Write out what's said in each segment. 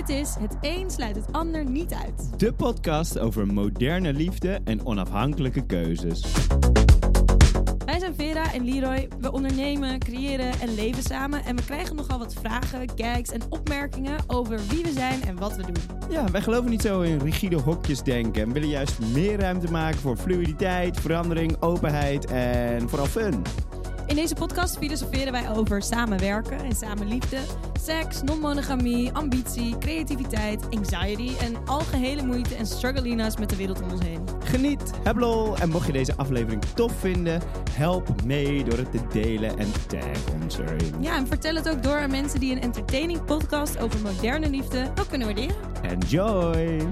Dit is Het een sluit het ander niet uit. De podcast over moderne liefde en onafhankelijke keuzes. Wij zijn Vera en Leroy. We ondernemen, creëren en leven samen. En we krijgen nogal wat vragen, gags en opmerkingen over wie we zijn en wat we doen. Ja, wij geloven niet zo in rigide hokjes denken en willen juist meer ruimte maken voor fluiditeit, verandering, openheid en vooral fun. In deze podcast filosoferen wij over samenwerken en samenliefde, seks, non-monogamie, ambitie, creativiteit, anxiety en algehele moeite en struggelina's met de wereld om ons heen. Geniet, heb lol en mocht je deze aflevering tof vinden, help mee door het te delen en tag ons erin. Ja, en vertel het ook door aan mensen die een entertaining podcast over moderne liefde ook kunnen waarderen. Enjoy!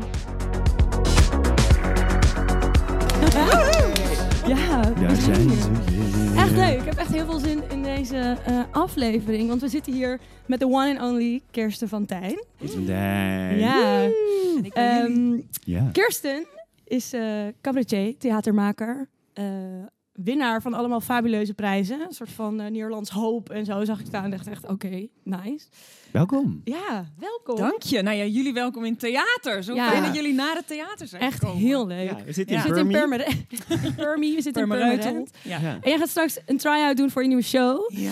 Ja, Daar zijn ze. echt leuk. Ik heb echt heel veel zin in deze aflevering. Want we zitten hier met de one and only Kirsten van Tijn. Ja. En ik ben jullie. Ja. Kirsten is cabaretier, theatermaker. Winnaar van allemaal fabuleuze prijzen. Een soort van Nederlands hoop en zo zag ik staan. En dacht echt, oké, nice. Welkom. Ja, welkom. Dank je. Nou ja, jullie welkom in theater. Zo Ja. fijn dat jullie naar het theater zijn Echt gekomen. heel leuk. Ja, we zitten Ja. in We zitten in Burmie. Purmerend. We zitten in Purmerend. Purmerend. Ja. Ja. En jij gaat straks een try-out doen voor je nieuwe show. Ja.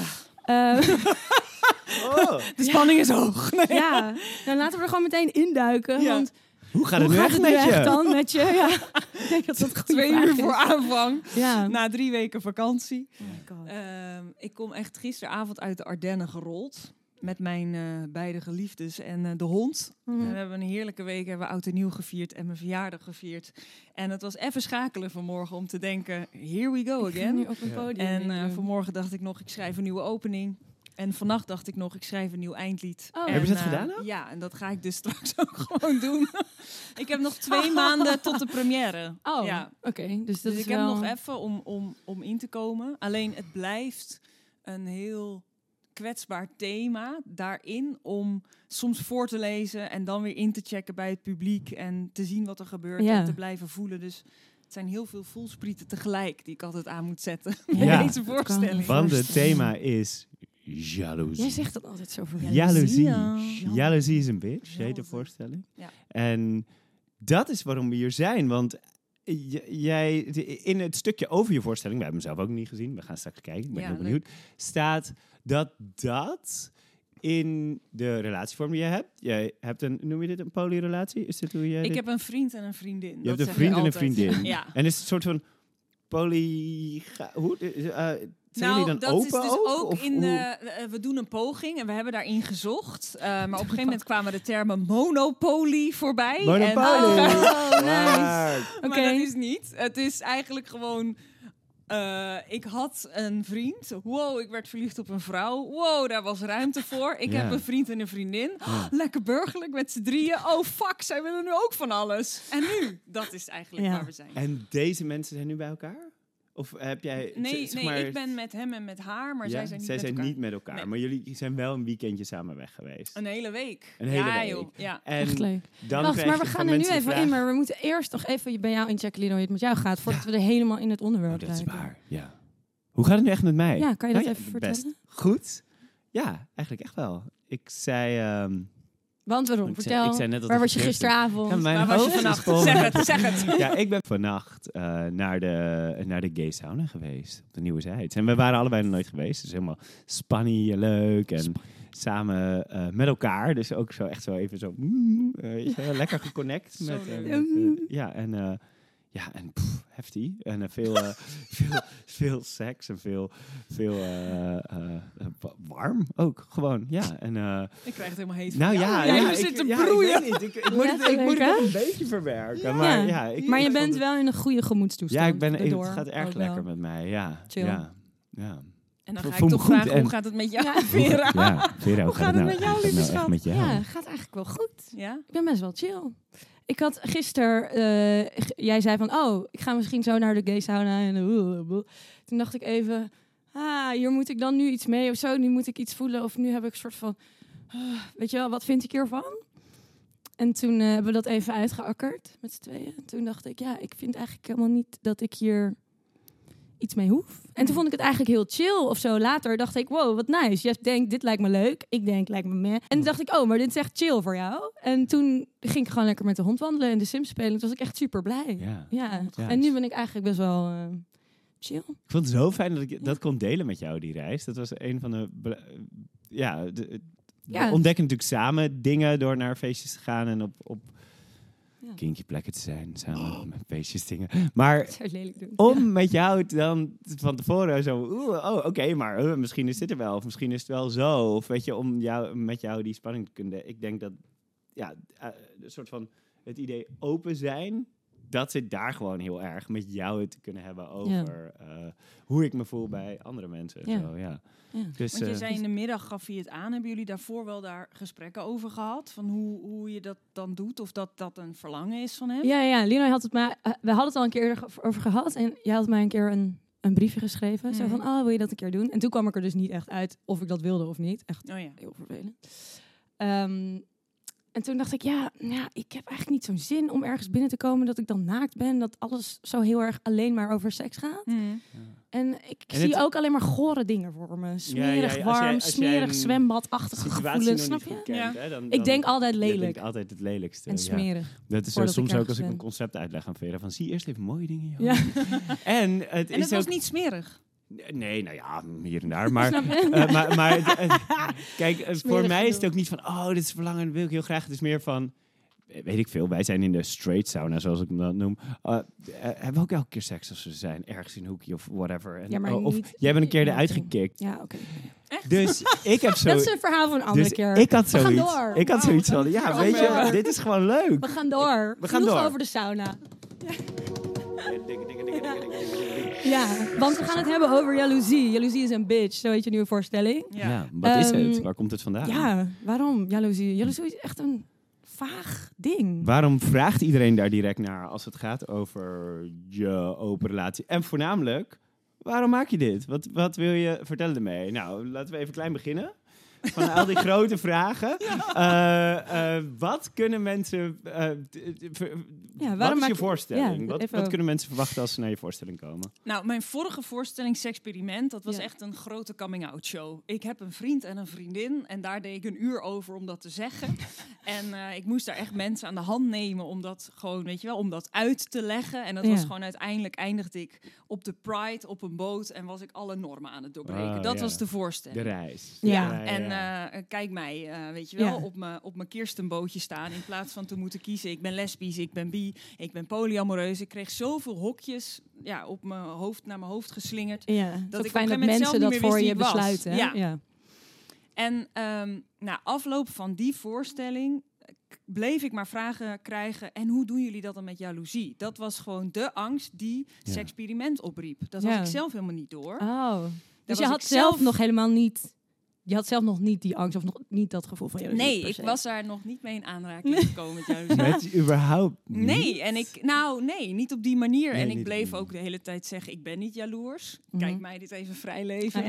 Oh. De spanning is hoog. Nee. Ja, nou, laten we er gewoon meteen induiken. Ja. Want Hoe gaat het hoe nu gaat echt het nu met echt je? dan met je? Ja. Ik denk dat dat een goede 2 vraag uur is. voor aanvang. Ja. Na 3 weken vakantie. Oh my God. Ik kom echt gisteravond uit de Ardennen gerold. Met mijn beide geliefdes en de hond. Mhm. En we hebben een heerlijke week. Hebben we oud en nieuw gevierd en mijn verjaardag gevierd. En het was even schakelen vanmorgen om te denken, here we go Ik ga again. nu op een Ja. podium. En doen. vanmorgen dacht ik nog, ik schrijf een nieuwe opening. En vannacht dacht ik nog, ik schrijf een nieuw eindlied. Oh. En, Heb je dat gedaan ook? Ja, en dat ga ik dus straks ook gewoon doen. Ik heb nog 2 maanden tot de première. Oh, Ja. oké. Dus dat Dus is ik heb wel... nog even om in te komen. Alleen het blijft een heel kwetsbaar thema daarin om soms voor te lezen en dan weer in te checken bij het publiek en te zien wat er gebeurt Ja. en te blijven voelen. Dus het zijn heel veel voelsprieten tegelijk die ik altijd aan moet zetten Ja. bij deze voorstelling. Want het thema is jaloezie. Jij zegt dat altijd zo voor Jaloezie. Ja. Jaloezie is een bitch, heet de Jaloezie. voorstelling. Ja. En dat is waarom we hier zijn. Want jij, in het stukje over je voorstelling, we hebben hem zelf ook niet gezien, we gaan straks kijken, ik ben Ja, heel leuk. benieuwd, staat dat in de relatievorm die je hebt. Jij hebt een, noem je dit een polyrelatie? Is dit hoe jij Ik dit... heb een vriend en een vriendin. Je hebt dat een zeg ik vriend en een altijd. vriendin. Ja. En is het een soort van zijn jullie dan dat open is dus ook Of in hoe- de... we doen een poging en we hebben daarin gezocht. Maar op een gegeven moment kwamen de termen monopolie voorbij. Monopoly. En, Oh, nice. Waar? Oké. Maar dat is niet. Het is eigenlijk gewoon... ik had een vriend. Wow, ik werd verliefd op een vrouw. Wow, daar was ruimte voor. Ik Ja. heb een vriend en een vriendin. Ja. Lekker burgerlijk met z'n drieën. Oh fuck, zij willen nu ook van alles. En nu? Dat is eigenlijk Ja. waar we zijn. En deze mensen zijn nu bij elkaar? Of heb jij... Nee, zeg nee, maar, ik ben met hem en met haar, maar ja, zij zijn niet zij met zijn elkaar. niet met elkaar. Nee. Maar jullie zijn wel een weekendje samen weg geweest. Een hele week. Een hele ja, week. joh. Ja. En Echt leuk. dan Wacht, krijg maar je we van gaan er nu mensen de even vraag- in. Maar we moeten eerst nog even bij jou inchecken, Lido, hoe het met jou gaat. Voordat we er helemaal in het onderwerp Oh, dat is duiken. waar, ja. Hoe gaat het nu echt met mij? Ja, kan je dat Nou even best vertellen? goed. Ja, eigenlijk echt wel. Ik zei... Want waarom? ik Vertel, zei net dat waar het was je vergist is. gisteravond? Ja, mijn Waar was je hoofd is vannacht? vol Zeg met- het. Ja, ik ben vannacht naar de gay sauna geweest. Op de Nieuwe Zijds. En we waren allebei nog nooit geweest. Dus helemaal spanny, leuk. En samen met elkaar. Dus ook zo echt zo even zo... weet je wel, lekker geconnect. Zo met, leuk. ja, en heftig. En veel seks en veel warm ook gewoon. Ja, en... Ik krijg het helemaal heet. nou van ja, jou. ja, we zitten ik broeien. weet niet. Ik moet Ja, het leuk, nog hè? een beetje verwerken. Ja. Maar, Ja. ja, Maar je ik vond bent het- wel in een goede gemoedstoestand. Ja, het daardoor gaat erg ook wel. lekker met mij. Ja, Chill. ja. En dan Voel ga ik me toch goed vragen, en- hoe gaat het met jou, Ja. Vera? Ja, Vera, hoe gaat het met jou, lieve nou echt schat? met jou? Ja, gaat eigenlijk wel goed. Ja? Ik ben best wel chill. Ik had gisteren... jij zei van... Oh, ik ga misschien zo naar de gay sauna. En toen dacht ik even... Hier moet ik dan nu iets mee of zo. Nu moet ik iets voelen. Of nu heb ik een soort van... weet je wel, wat vind ik hiervan? En toen hebben we dat even uitgeakkerd met z'n tweeën. En toen dacht ik... Ja, ik vind eigenlijk helemaal niet dat ik hier iets mee hoef. En toen vond ik het eigenlijk heel chill of zo. Later dacht ik, wow, wat nice. Jeff denkt, dit lijkt me leuk. Ik denk, lijkt me meh. En toen dacht ik, oh, maar dit is echt chill voor jou. En toen ging ik gewoon lekker met de hond wandelen en de Sims spelen. Toen was ik echt super blij. Ja. En nu ben ik eigenlijk best wel chill. Ik vond het zo fijn dat ik dat kon delen met jou, die reis. Dat was een van de... We ontdekken natuurlijk samen dingen door naar feestjes te gaan en op kinky plekken te zijn. Samen met feestjes dingen. Maar Dat zou ik lelijk doen. om met jou dan van tevoren zo... oké, maar misschien is dit er wel. Of misschien is het wel zo. Of weet je, om met jou die spanning te kunnen... Ik denk dat een soort van het idee open zijn... Dat zit daar gewoon heel erg met jou het te kunnen hebben over hoe ik me voel bij andere mensen. Ja. Zo, ja. Dus, Want je zei in de middag, gaf je het aan. Hebben jullie daarvoor wel daar gesprekken over gehad? Van hoe je dat dan doet? Of dat een verlangen is van hem? Ja, Lino had het we hadden het al een keer over gehad. En jij had mij een keer een briefje geschreven. Zo van, wil je dat een keer doen? En toen kwam ik er dus niet echt uit of ik dat wilde of niet. Echt heel vervelend. En toen dacht ik, ik heb eigenlijk niet zo'n zin om ergens binnen te komen dat ik dan naakt ben. Dat alles zo heel erg alleen maar over seks gaat. En ik zie ook alleen maar gore dingen voor me. Smerig warm, smerig zwembadachtige gevoelens, snap je? Kent, hè, Ik denk altijd Je lelijk. denkt altijd het lelijkste. En smerig. Dat is soms ook als ik een concept uitleg aan Vera. Van, zie eerst even mooie dingen. Ja. En het was niet smerig. Nee, nou ja, hier en daar. Maar, kijk, voor mij is het ook niet van... dit is verlangen, dat wil ik heel graag. Het is meer van... Weet ik veel, wij zijn in de straight sauna, zoals ik hem noem. Hebben we ook elke keer seks als we zijn? Ergens in een hoekje of whatever. En, maar of niet, jij bent een keer eruit gekikt. Ja, oké. Dus ik heb zo... Dat is een verhaal van een andere keer. Ik had We gaan zoiets. door. Ik had zoiets van, weet je, dit is gewoon leuk. We gaan door. We gaan door. over de sauna. Ja, want we gaan het hebben over jaloezie. Jaloezie is een bitch, zo heet je nieuwe voorstelling. Ja, wat is het? Waar komt het vandaan? Ja, waarom jaloezie? Jaloezie is echt een vaag ding. Waarom vraagt iedereen daar direct naar als het gaat over je open relatie? En voornamelijk, waarom maak je dit? Wat wil je vertellen ermee? Nou, laten we even klein beginnen. Van al die grote vragen. Wat kunnen mensen... wat is je voorstelling? Wat kunnen mensen verwachten als ze naar je voorstelling komen? Nou, mijn vorige voorstelling, Sexperiment, dat was echt een grote coming-out show. Ik heb een vriend en een vriendin en daar deed ik een uur over om dat te zeggen. En ik moest daar echt mensen aan de hand nemen om dat gewoon, weet je wel, om dat uit te leggen. En dat was gewoon uiteindelijk eindigde ik op de Pride op een boot en was ik alle normen aan het doorbreken. Dat was de voorstelling. De reis. Ja. En kijk mij, weet je wel, op mijn Kirstenbootje staan in plaats van te moeten kiezen. Ik ben lesbisch, ik ben bi, ik ben polyamoreus. Ik kreeg zoveel hokjes op mijn hoofd, naar mijn hoofd geslingerd. Ja, dat ik fijn dat mensen dat voor je besluiten. Ja. En na afloop van die voorstelling bleef ik maar vragen krijgen. En hoe doen jullie dat dan met jaloezie? Dat was gewoon de angst die Sexperiment opriep. Dat had ik zelf helemaal niet door. Oh. Dus je had zelf nog helemaal niet... Je had zelf nog niet die angst of nog niet dat gevoel van jaloezie? Nee, ik was daar nog niet mee in aanraking gekomen met jaloezie. Met überhaupt niet? Nee, en niet op die manier. Nee, en ik bleef ook de hele tijd zeggen, ik ben niet jaloers. Kijk mij dit even vrij leven.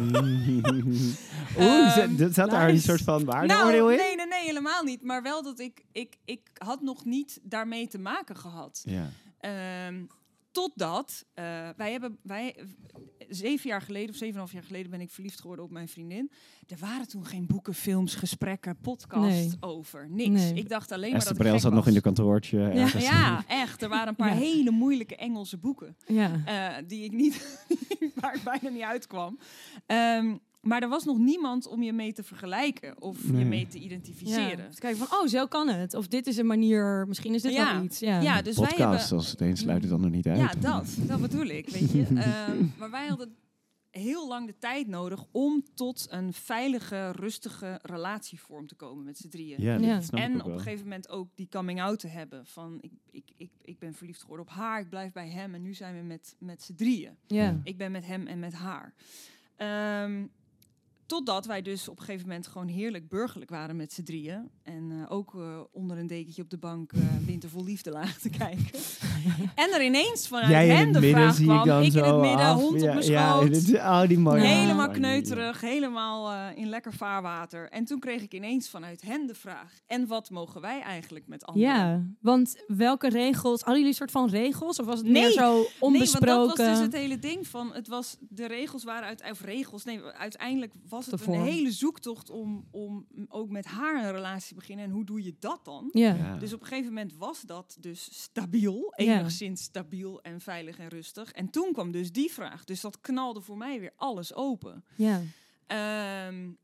Zat daar een soort van waardeoordeel in? Nee, helemaal niet. Maar wel dat ik had nog niet daarmee te maken gehad. Ja. Totdat wij 7 jaar geleden of 7,5 jaar geleden ben ik verliefd geworden op mijn vriendin. Er waren toen geen boeken, films, gesprekken, podcasts over. Niks. Nee. Ik dacht alleen maar dat Esther Brel zat nog in de kantoortje. Ja, echt. Er waren een paar hele moeilijke Engelse boeken. Die ik niet, waar ik bijna niet uitkwam. Maar er was nog niemand om je mee te vergelijken of je mee te identificeren. Ja. Dus kijk van, zo kan het. Of dit is een manier, misschien is dit wel iets. Ja, dus podcast, wij hebben... als het een sluit het dan nog niet uit. Ja, dat bedoel ik, weet je. Maar wij hadden heel lang de tijd nodig om tot een veilige, rustige relatievorm te komen met z'n drieën. Ja, dat snap ik en ook op wel. een gegeven moment ook die coming out te hebben. Van, ik ben verliefd geworden op haar, ik blijf bij hem en nu zijn we met z'n drieën. Ja. Ik ben met hem en met haar. Totdat wij dus op een gegeven moment gewoon heerlijk burgerlijk waren met z'n drieën. En ook onder een dekentje op de bank Winter vol liefde lagen te kijken. En er ineens vanuit Jij in hen het de midden vraag zie ik kwam. dan Ik in het zo midden, af. hond op mijn Ja, schoot. die mooie. Helemaal Oh, kneuterig, helemaal in lekker vaarwater. En toen kreeg ik ineens vanuit hen de vraag. En wat mogen wij eigenlijk met anderen? Ja, want welke regels? Hadden jullie een soort van regels? Of was het Nee. meer zo Nee, onbesproken? want dat was dus het hele ding van, de regels waren uiteindelijk was het De vorm. een hele zoektocht om ook met haar een relatie te beginnen. En hoe doe je dat dan? Ja. Ja. Dus op een gegeven moment was dat dus stabiel, Ja. enigszins stabiel en veilig en rustig. En toen kwam dus die vraag. Dus dat knalde voor mij weer alles open. Ja. En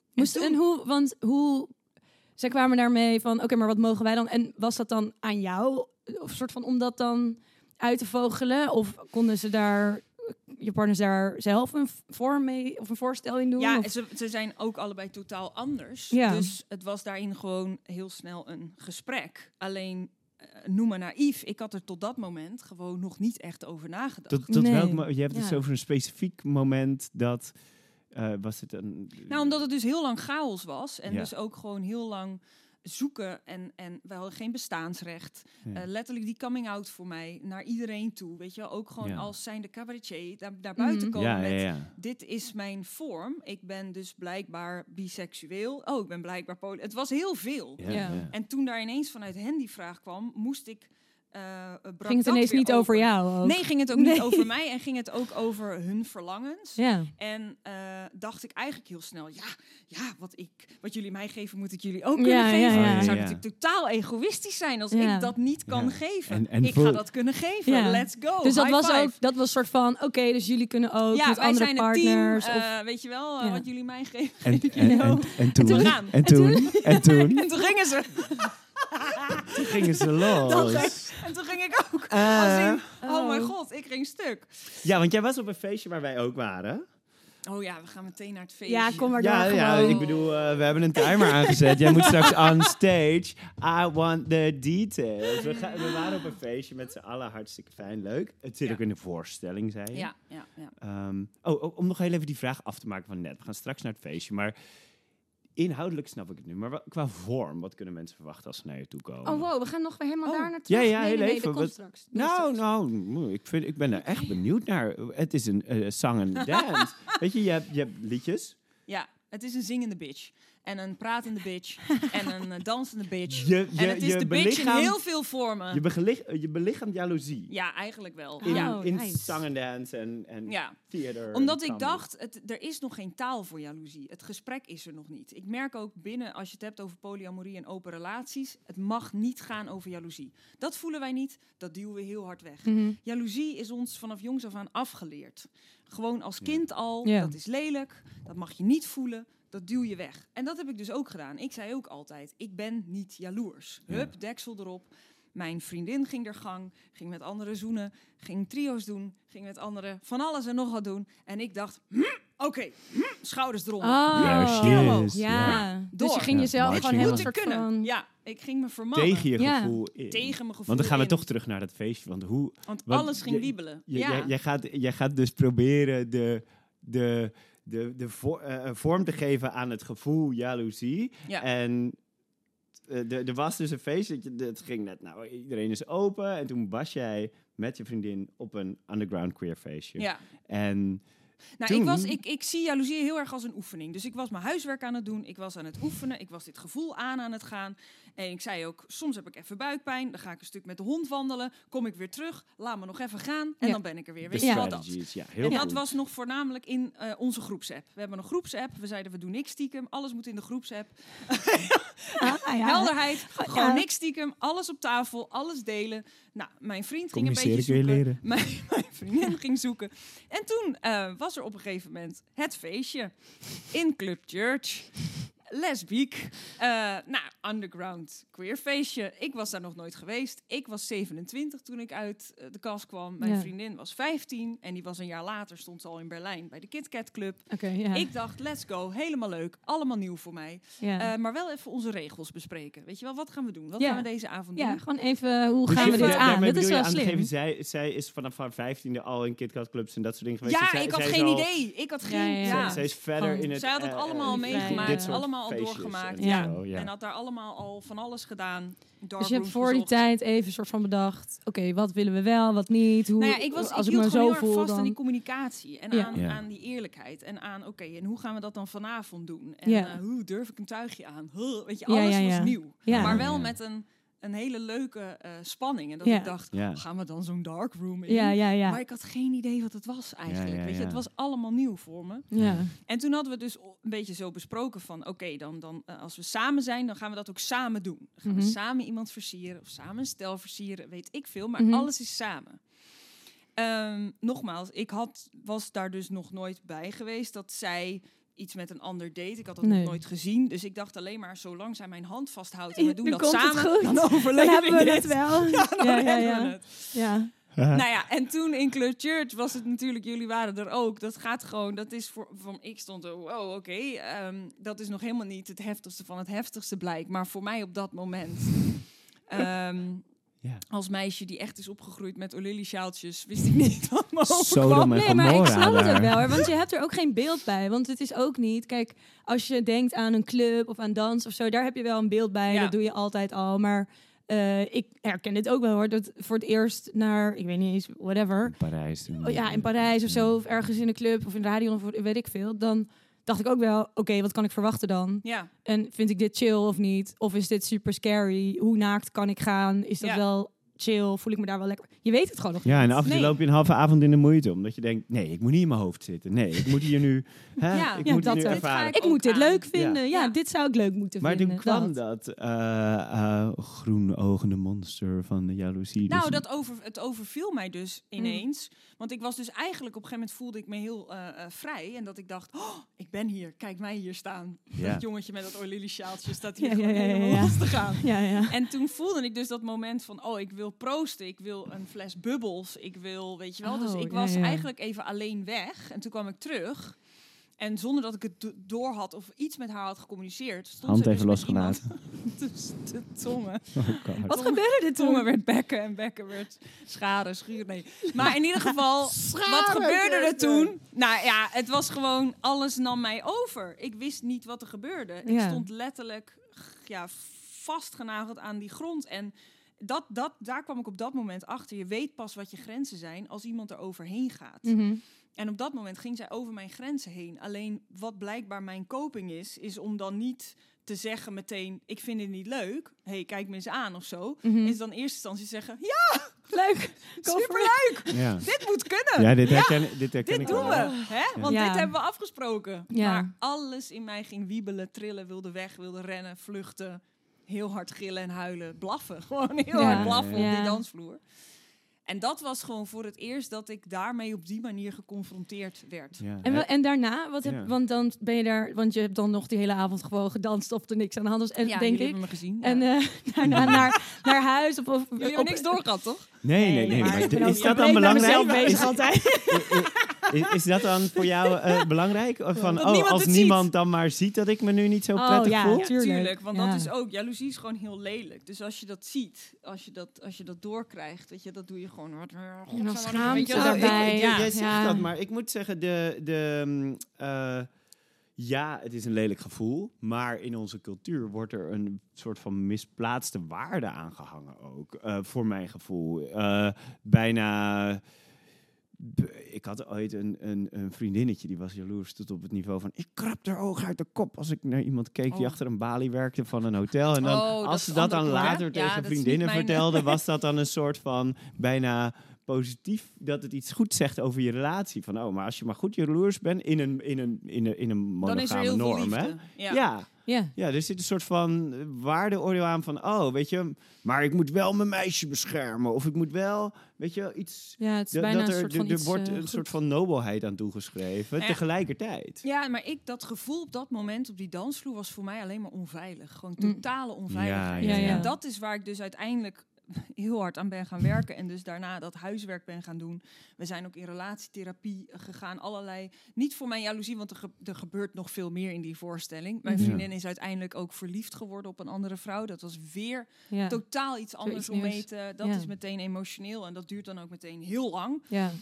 Zij kwamen daarmee van, oké, maar wat mogen wij dan? En was dat dan aan jou? Of soort van om dat dan uit te vogelen? Of konden ze daar, je partners daar zelf een vorm mee of een voorstel in doen? Ja, Of- ze zijn ook allebei totaal anders. Ja. Dus het was daarin gewoon heel snel een gesprek. Alleen, noem maar naïef, ik had er tot dat moment gewoon nog niet echt over nagedacht. Tot Nee. je hebt het Ja. over een specifiek moment dat... was het een... Nou, omdat het dus heel lang chaos was. En Ja. dus ook gewoon heel lang zoeken. En we hadden geen bestaansrecht. Ja. Letterlijk die coming out voor mij naar iedereen toe. Weet je wel, ook gewoon Ja. als zijnde cabaretier daar buiten Mhm. komen ja, met... ja. Dit is mijn vorm. Ik ben dus blijkbaar biseksueel. Oh, ik ben blijkbaar het was heel veel. Ja, Ja. ja. En toen daar ineens vanuit hen die vraag kwam, moest ik... brak ging het dat ineens weer niet over jou ook? Nee, ging het ook Nee. niet over mij en ging het ook over hun verlangens. Ja. En dacht ik eigenlijk heel snel, wat jullie mij geven, moet ik jullie ook Ja, kunnen ja, geven. ja. Het zou Ja. natuurlijk totaal egoïstisch zijn als Ja. ik dat niet kan Ja. geven. En ik voor- ga dat kunnen geven. Ja. Let's go. Dus dat High was five. ook, dat was soort van, oké, dus jullie kunnen ook Ja, met wij andere zijn een partners. team. of, Weet je wel, Ja. wat jullie mij geven. En weet toen? toen gaan. En toen? En toen gingen ze. Toen gingen ze los. En toen ging ik ook. Eh, Als in, oh mijn god, ik ging stuk. Ja, want jij was op een feestje waar wij ook waren. Oh ja, we gaan meteen naar het feestje. ja, kom maar Ja, door ja, gewoon. ik bedoel, we hebben een timer aangezet. Jij moet straks on stage. I want the details. We waren op een feestje met z'n allen. Hartstikke fijn, leuk. Het zit Ja. ook in de voorstelling, zei je. Ja. Om nog heel even die vraag af te maken van net. We gaan straks naar het feestje, maar... Inhoudelijk snap ik het nu, maar qua vorm, wat kunnen mensen verwachten als ze naar je toe komen? Oh wow, we gaan nog weer helemaal Oh. daar naartoe. Ja, ja, nee, heel nee, even. dat komt Wat- straks. Dat komt straks. Ik ben er echt benieuwd naar. Het is een song and dance. Weet je hebt liedjes. Ja, het is een zingende bitch. En een pratende bitch. En een dansende bitch. Je en het is de bitch in heel veel vormen. Je belichaamt jaloezie. Ja, eigenlijk wel. In, Ja. Oh, in nice. song and dance en Ja. theater. Omdat en ik comedy. dacht, er is nog geen taal voor jaloezie. Het gesprek is er nog niet. Ik merk ook binnen, als je het hebt over polyamorie en open relaties, het mag niet gaan over jaloezie. Dat voelen wij niet, dat duwen we heel hard weg. Mhm. Jaloezie is ons vanaf jongs af aan afgeleerd. Gewoon als kind al, Ja. dat is lelijk, dat mag je niet voelen, dat duw je weg. En dat heb ik dus ook gedaan. Ik zei ook altijd, ik ben niet jaloers. Hup, deksel erop. Mijn vriendin ging er gang, ging met anderen zoenen, ging trio's doen, ging met anderen van alles en nog wat doen. En ik dacht, oké, schouders eronder. There Oh, she is. ja. Dus je Door. ging Ja, jezelf marching gewoon helemaal Moet ik soort kunnen. van... Ja, ik ging me vermannen. Tegen je Ja. gevoel in. Tegen mijn gevoel Want dan gaan we in. toch terug naar dat feestje. Want Want want alles ging je- wiebelen. jij gaat dus proberen de vorm te geven aan het gevoel jaloezie. Ja. En er was dus een feestje. Het ging net, nou, iedereen is open. En toen was jij met je vriendin op een underground queer feestje. Ja. En Nou, toen- ik zie jaloezie heel erg als een oefening. Dus ik was mijn huiswerk aan het doen. Ik was aan het oefenen. Ik was dit gevoel aan het gaan. En ik zei ook, soms heb ik even buikpijn. Dan ga ik een stuk met de hond wandelen. Kom ik weer terug. Laat me nog even gaan. En Ja. dan ben ik er weer. de Weet je wel dat? strategies, ja, heel En dat goed. was nog voornamelijk in onze groepsapp. We hebben een groepsapp. We zeiden, we doen niks stiekem. Alles moet in de groepsapp. Ah, ja. Helderheid. Ja. Gewoon niks stiekem. Alles op tafel. Alles delen. Nou, mijn vriend ging een beetje Communiceren kun je zoeken. leren. Mijn vriendin ging zoeken. En toen was er op een gegeven moment het feestje in Club Church. lesbiek. Underground queer feestje. Ik was daar nog nooit geweest. Ik was 27 toen ik uit de kast kwam. Mijn vriendin was 15. En die was een jaar later, stond ze al in Berlijn bij de Kit Kat Club. Ik dacht, let's go. Helemaal leuk. Allemaal nieuw voor mij. Maar wel even onze regels bespreken. Weet je wel, wat gaan we doen? Wat gaan we deze avond doen? Ja, gewoon even, hoe gaan we dit aan? Dit is wel slim. Zij is vanaf haar 15e al in Kit Kat Clubs en dat soort dingen geweest. Ja, ik had geen idee. Ik had geen... Zij is verder in het... Zij had het allemaal meegemaakt. Allemaal al doorgemaakt. En had daar allemaal al van alles gedaan. Dus je hebt voor die tijd even een soort van bedacht... Oké, wat willen we wel, wat niet? Hoe, ik hield gewoon heel erg vast aan die communicatie. En aan die eerlijkheid. En aan, en hoe gaan we dat dan vanavond doen? En hoe durf ik een tuigje aan? Weet je, alles was nieuw. Maar wel met een hele leuke spanning. En dat ik dacht, gaan we dan zo'n dark room in? Maar ik had geen idee wat het was eigenlijk. Weet je, het was allemaal nieuw voor me. En toen hadden we dus een beetje zo besproken van... dan als we samen zijn, dan gaan we dat ook samen doen. Dan gaan we samen iemand versieren of samen een stel versieren. Weet ik veel, maar alles is samen. Nogmaals, was daar dus nog nooit bij geweest dat zij... iets met een ander deed. Ik had dat nog nooit gezien. Dus ik dacht alleen maar, zolang zij mijn hand vasthoudt... en we doen dat samen, dan overleven we het wel. Dan hebben we het. Ja. En toen in Club Church was het natuurlijk... jullie waren er ook. Dat gaat gewoon... dat is ik stond dat is nog helemaal niet het heftigste van het heftigste blijk. Maar voor mij op dat moment... als meisje die echt is opgegroeid met Olili-sjaaltjes... wist ik niet wat me overkwam. Nee, maar ik snap het ook wel. Hoor, want je hebt er ook geen beeld bij. Want het is ook niet... Kijk, als je denkt aan een club of aan dans of zo... daar heb je wel een beeld bij. Dat doe je altijd al. Maar ik herken dit ook wel hoor. Dat voor het eerst naar... Ik weet niet eens, whatever. In Parijs. In Parijs of zo. Of ergens in een club of in de radio of weet ik veel. Dan... dacht ik ook wel, wat kan ik verwachten dan? Ja. En vind ik dit chill of niet? Of is dit super scary? Hoe naakt kan ik gaan? Is dat wel chill? Voel ik me daar wel lekker? Je weet het gewoon nog niet. Ja, en af en toe loop je een halve avond in de moeite. Omdat je denkt, nee, ik moet niet in mijn hoofd zitten. Nee, ik moet hier nu... ik moet hier nu ervaren. Ik moet dit leuk vinden. Ja, dit zou ik leuk moeten vinden. Maar toen kwam dat groenogende monster van de jaloezie. Nou, het overviel mij dus ineens. Want ik was dus eigenlijk op een gegeven moment voelde ik me heel vrij. En dat ik dacht, ik ben hier. Kijk mij hier staan. Dat jongetje met dat Olili-sjaaltje staat hier helemaal los te gaan. En toen voelde ik dus dat moment van, ik wil proosten. Ik wil een fles bubbels. Ik wil, weet je wel. Dus ik was eigenlijk even alleen weg. En toen kwam ik terug. En zonder dat ik het door had of iets met haar had gecommuniceerd... stond hand ze even dus losgelaten. De tongen. Wat gebeurde er toen? Tongen werd bekken en bekken werd scharen, schuur. Nee. Maar in ieder geval, wat gebeurde er toen? Nou ja, het was gewoon, alles nam mij over. Ik wist niet wat er gebeurde. Ik stond letterlijk vastgenageld aan die grond. En daar kwam ik op dat moment achter. Je weet pas wat je grenzen zijn als iemand er overheen gaat. En op dat moment ging zij over mijn grenzen heen. Alleen wat blijkbaar mijn coping is om dan niet te zeggen meteen, ik vind het niet leuk. Hey, kijk me eens aan of zo. Is dan in eerste instantie zeggen, ja, leuk, superleuk. Ja. Dit moet kunnen. Ja, dit herken ik doen wel. we. Hè? Want dit hebben we afgesproken. Ja. Maar alles in mij ging wiebelen, trillen, wilde weg, wilde rennen, vluchten. Heel hard gillen en huilen, blaffen. Gewoon heel hard blaffen op die dansvloer. En dat was gewoon voor het eerst dat ik daarmee op die manier geconfronteerd werd. Ja. En daarna, want dan ben je daar, want je hebt dan nog die hele avond gewoon gedanst of er niks aan de hand was. En denk ik. Hebben me gezien. En daarna naar huis of jullie hebben niks doorgehad, toch? Nee. Maar is dat dan belangrijk? Is dat dan voor jou belangrijk? Of van, als niemand dan maar ziet dat ik me nu niet zo prettig voel? Ja, tuurlijk. Want dat is ook, jaloezie is gewoon heel lelijk. Dus als je dat ziet, als je dat doorkrijgt, weet je, dat doe je gewoon. En dan schaamte daarbij. Jij zegt dat, maar ik moet zeggen, het is een lelijk gevoel, maar in onze cultuur wordt er een soort van misplaatste waarde aangehangen ook. Voor mijn gevoel. Bijna... Ik had ooit een vriendinnetje, die was jaloers tot op het niveau van... Ik krap haar ogen uit de kop als ik naar iemand keek die achter een balie werkte van een hotel. En dan, als ze dat dan later tegen vriendinnen vertelde, was dat dan een soort van bijna positief, dat het iets goed zegt over je relatie. Van, maar als je maar goed jaloers bent in een monogame Dan is er heel veel norm, liefde. hè? Ja. Ja, er zit een soort van waardeoordeel aan van, weet je, maar ik moet wel mijn meisje beschermen. Of ik moet wel, weet je, iets... Ja, het is bijna een soort van er iets... wordt een soort van nobelheid aan toegeschreven, tegelijkertijd. Ja, maar dat gevoel op dat moment op die dansvloer was voor mij alleen maar onveilig. Gewoon totale onveiligheid. Ja. En dat is waar ik dus uiteindelijk heel hard aan ben gaan werken en dus daarna dat huiswerk ben gaan doen. We zijn ook in relatietherapie gegaan, allerlei... Niet voor mijn jaloezie, want er gebeurt nog veel meer in die voorstelling. Mijn vriendin is uiteindelijk ook verliefd geworden op een andere vrouw. Dat was weer totaal iets anders om mee te... Dat is meteen emotioneel en dat duurt dan ook meteen heel lang. Ja.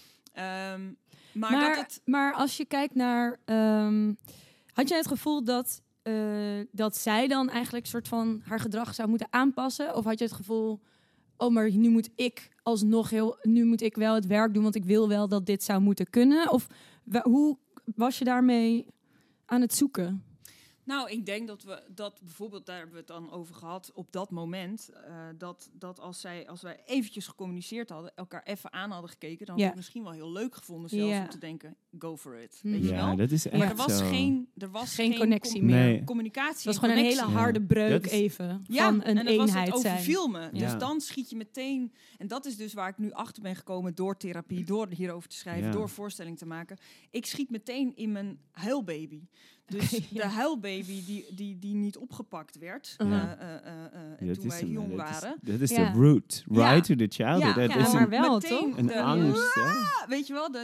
Maar als je kijkt naar... had jij het gevoel dat zij dan eigenlijk soort van haar gedrag zou moeten aanpassen? Of had je het gevoel... maar nu moet ik nu moet ik wel het werk doen, want ik wil wel dat dit zou moeten kunnen. Of hoe was je daarmee aan het zoeken? Nou, ik denk dat bijvoorbeeld, daar hebben we het dan over gehad, op dat moment, dat als wij eventjes gecommuniceerd hadden, elkaar even aan hadden gekeken, dan had ik het misschien wel heel leuk gevonden zelfs om te denken, go for it. Weet je wel? Dat is echt maar er was geen connectie meer. Communicatie. Het was gewoon een hele harde breuk even van een eenheid het zijn. overviel me. Dus dan schiet je meteen, en dat is dus waar ik nu achter ben gekomen door therapie, door hierover te schrijven, door voorstelling te maken. Ik schiet meteen in mijn huilbaby. Dus de huilbaby die niet opgepakt werd toen wij jong waren. Dat is de root, right to the childhood. Ja, maar wel, toch? Een angst. Weet je wel,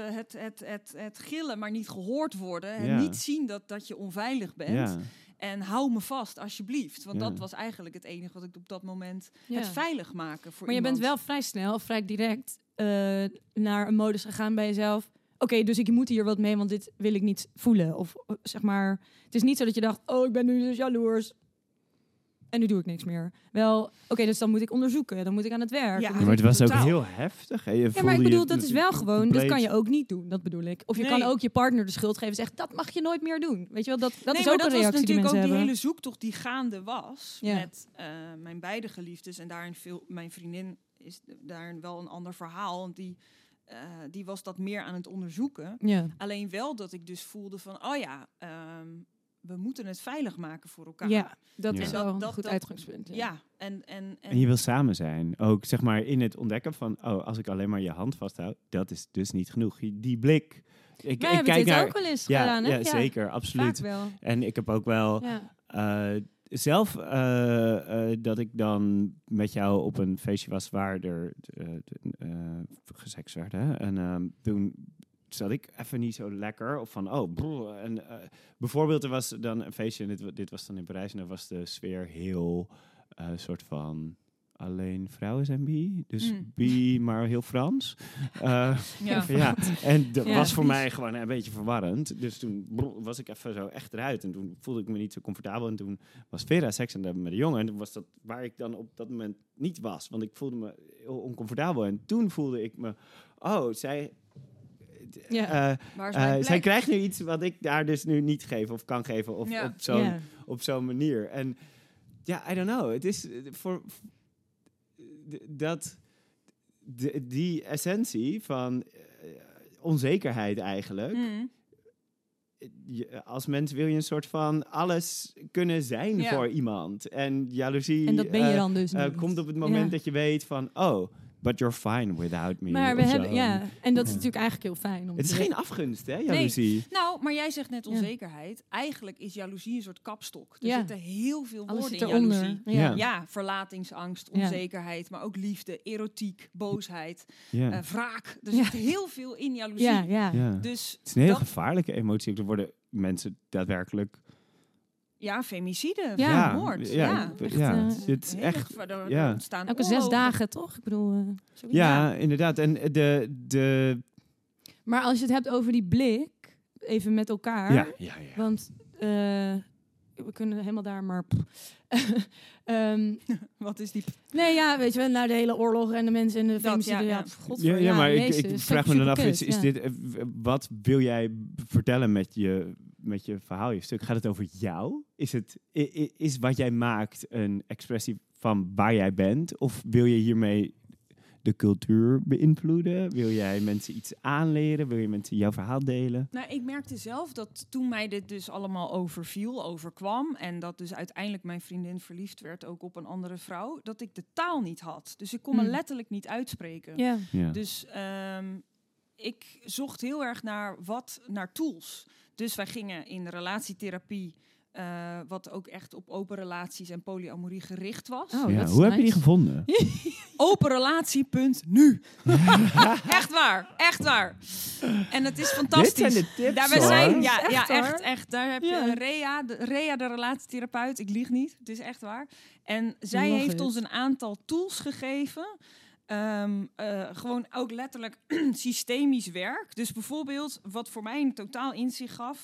het gillen, maar niet gehoord worden. En niet zien dat je onveilig bent. Ja. En hou me vast, alsjeblieft. Want dat was eigenlijk het enige wat ik op dat moment... Het veilig maken voor maar iemand. Je bent wel vrij snel, vrij direct naar een modus gegaan bij jezelf. Oké, dus ik moet hier wat mee, want dit wil ik niet voelen. Of zeg maar, het is niet zo dat je dacht, ik ben nu dus jaloers. En nu doe ik niks meer. Wel, dus dan moet ik onderzoeken. Dan moet ik aan het werk. Ja, maar het was ook heel heftig. Maar ik bedoel, dat is wel gewoon... Dat kan je ook niet doen, dat bedoel ik. Of je kan ook je partner de schuld geven en zeggen... dat mag je nooit meer doen. Weet je wel, dat is ook een reactie die mensen hebben. Dat was natuurlijk ook die hele zoektocht die gaande was... met mijn beide geliefdes. En daarin mijn vriendin is daarin wel een ander verhaal. Want die was dat meer aan het onderzoeken. Ja. Alleen wel dat ik dus voelde van... we moeten het veilig maken voor elkaar. Ja, dat is wel een goed uitgangspunt. Ja. En je wil samen zijn. Ook zeg maar in het ontdekken van... als ik alleen maar je hand vasthoud... dat is dus niet genoeg. Die blik... Ik kijk naar... ook wel eens gedaan, hè? Ja, zeker. Absoluut. Vaak wel. En ik heb ook wel... zelf dat ik dan met jou op een feestje was... waar er gesext werd. Hè? En toen... zat ik even niet zo lekker. Of van, bijvoorbeeld, er was dan een feestje... en dit was dan in Parijs... en daar was de sfeer heel soort van... alleen vrouwen zijn bi. Dus bi, maar heel Frans. En dat was voor mij gewoon een beetje verwarrend. Dus toen was ik even zo echt eruit. En toen voelde ik me niet zo comfortabel. En toen was Vera seks met een jongen. En toen was dat waar ik dan op dat moment niet was. Want ik voelde me heel oncomfortabel. En toen voelde ik me... zij... zij krijgt nu iets wat ik daar dus nu niet geef of kan geven of op zo'n manier. En I don't know. Het is voor die essentie van onzekerheid eigenlijk. Als mens wil je een soort van alles kunnen zijn voor iemand. En jaloezie en dat ben je dan dus komt op het moment dat je weet van... but you're fine without me. Maar we hebben, en dat is natuurlijk eigenlijk heel fijn. Het is geen afgunst, hè, jaloezie? Nee. Nou, maar jij zegt net onzekerheid. Eigenlijk is jaloezie een soort kapstok. Er zitten heel veel woorden in jaloezie. Ja, verlatingsangst, onzekerheid, maar ook liefde, erotiek, boosheid, wraak. Er zit heel veel in jaloezie. Dus het is een heel gevaarlijke emotie. Er worden mensen daadwerkelijk... Ja, femicide, moord. Het is echt... ontstaan elke 6 dagen, toch? Ik bedoel... inderdaad. En Maar als je het hebt over die blik, even met elkaar... Want we kunnen helemaal daar, maar... Wat is die... Nee, weet je wel, naar de hele oorlog en de mensen in de femicide... maar ik vraag me dan af, is dit... wat wil jij vertellen met je verhaal, je stuk? Gaat het over jou? Is wat jij maakt een expressie van waar jij bent? Of wil je hiermee de cultuur beïnvloeden? Wil jij mensen iets aanleren? Wil je mensen jouw verhaal delen? Nou, ik merkte zelf dat toen mij dit dus allemaal overkwam... en dat dus uiteindelijk mijn vriendin verliefd werd ook op een andere vrouw... dat ik de taal niet had. Dus ik kon me letterlijk niet uitspreken. Ja. Ja. Dus ik zocht heel erg naar tools. Dus wij gingen in relatietherapie... wat ook echt op open relaties en polyamorie gericht was. Oh, Ja, dat is hoe heb je die nice. gevonden? Openrelatie.nu. Echt waar, echt waar. En het is fantastisch. Dit zijn de tips, Daar we hoor. zijn, Echt, hoor. echt. Daar heb je Rea, de relatietherapeut. Ik lieg niet, het is echt waar. En zij Love heeft it. ons een aantal tools gegeven. Gewoon ook letterlijk systemisch werk. Dus bijvoorbeeld, wat voor mij een totaal inzicht gaf...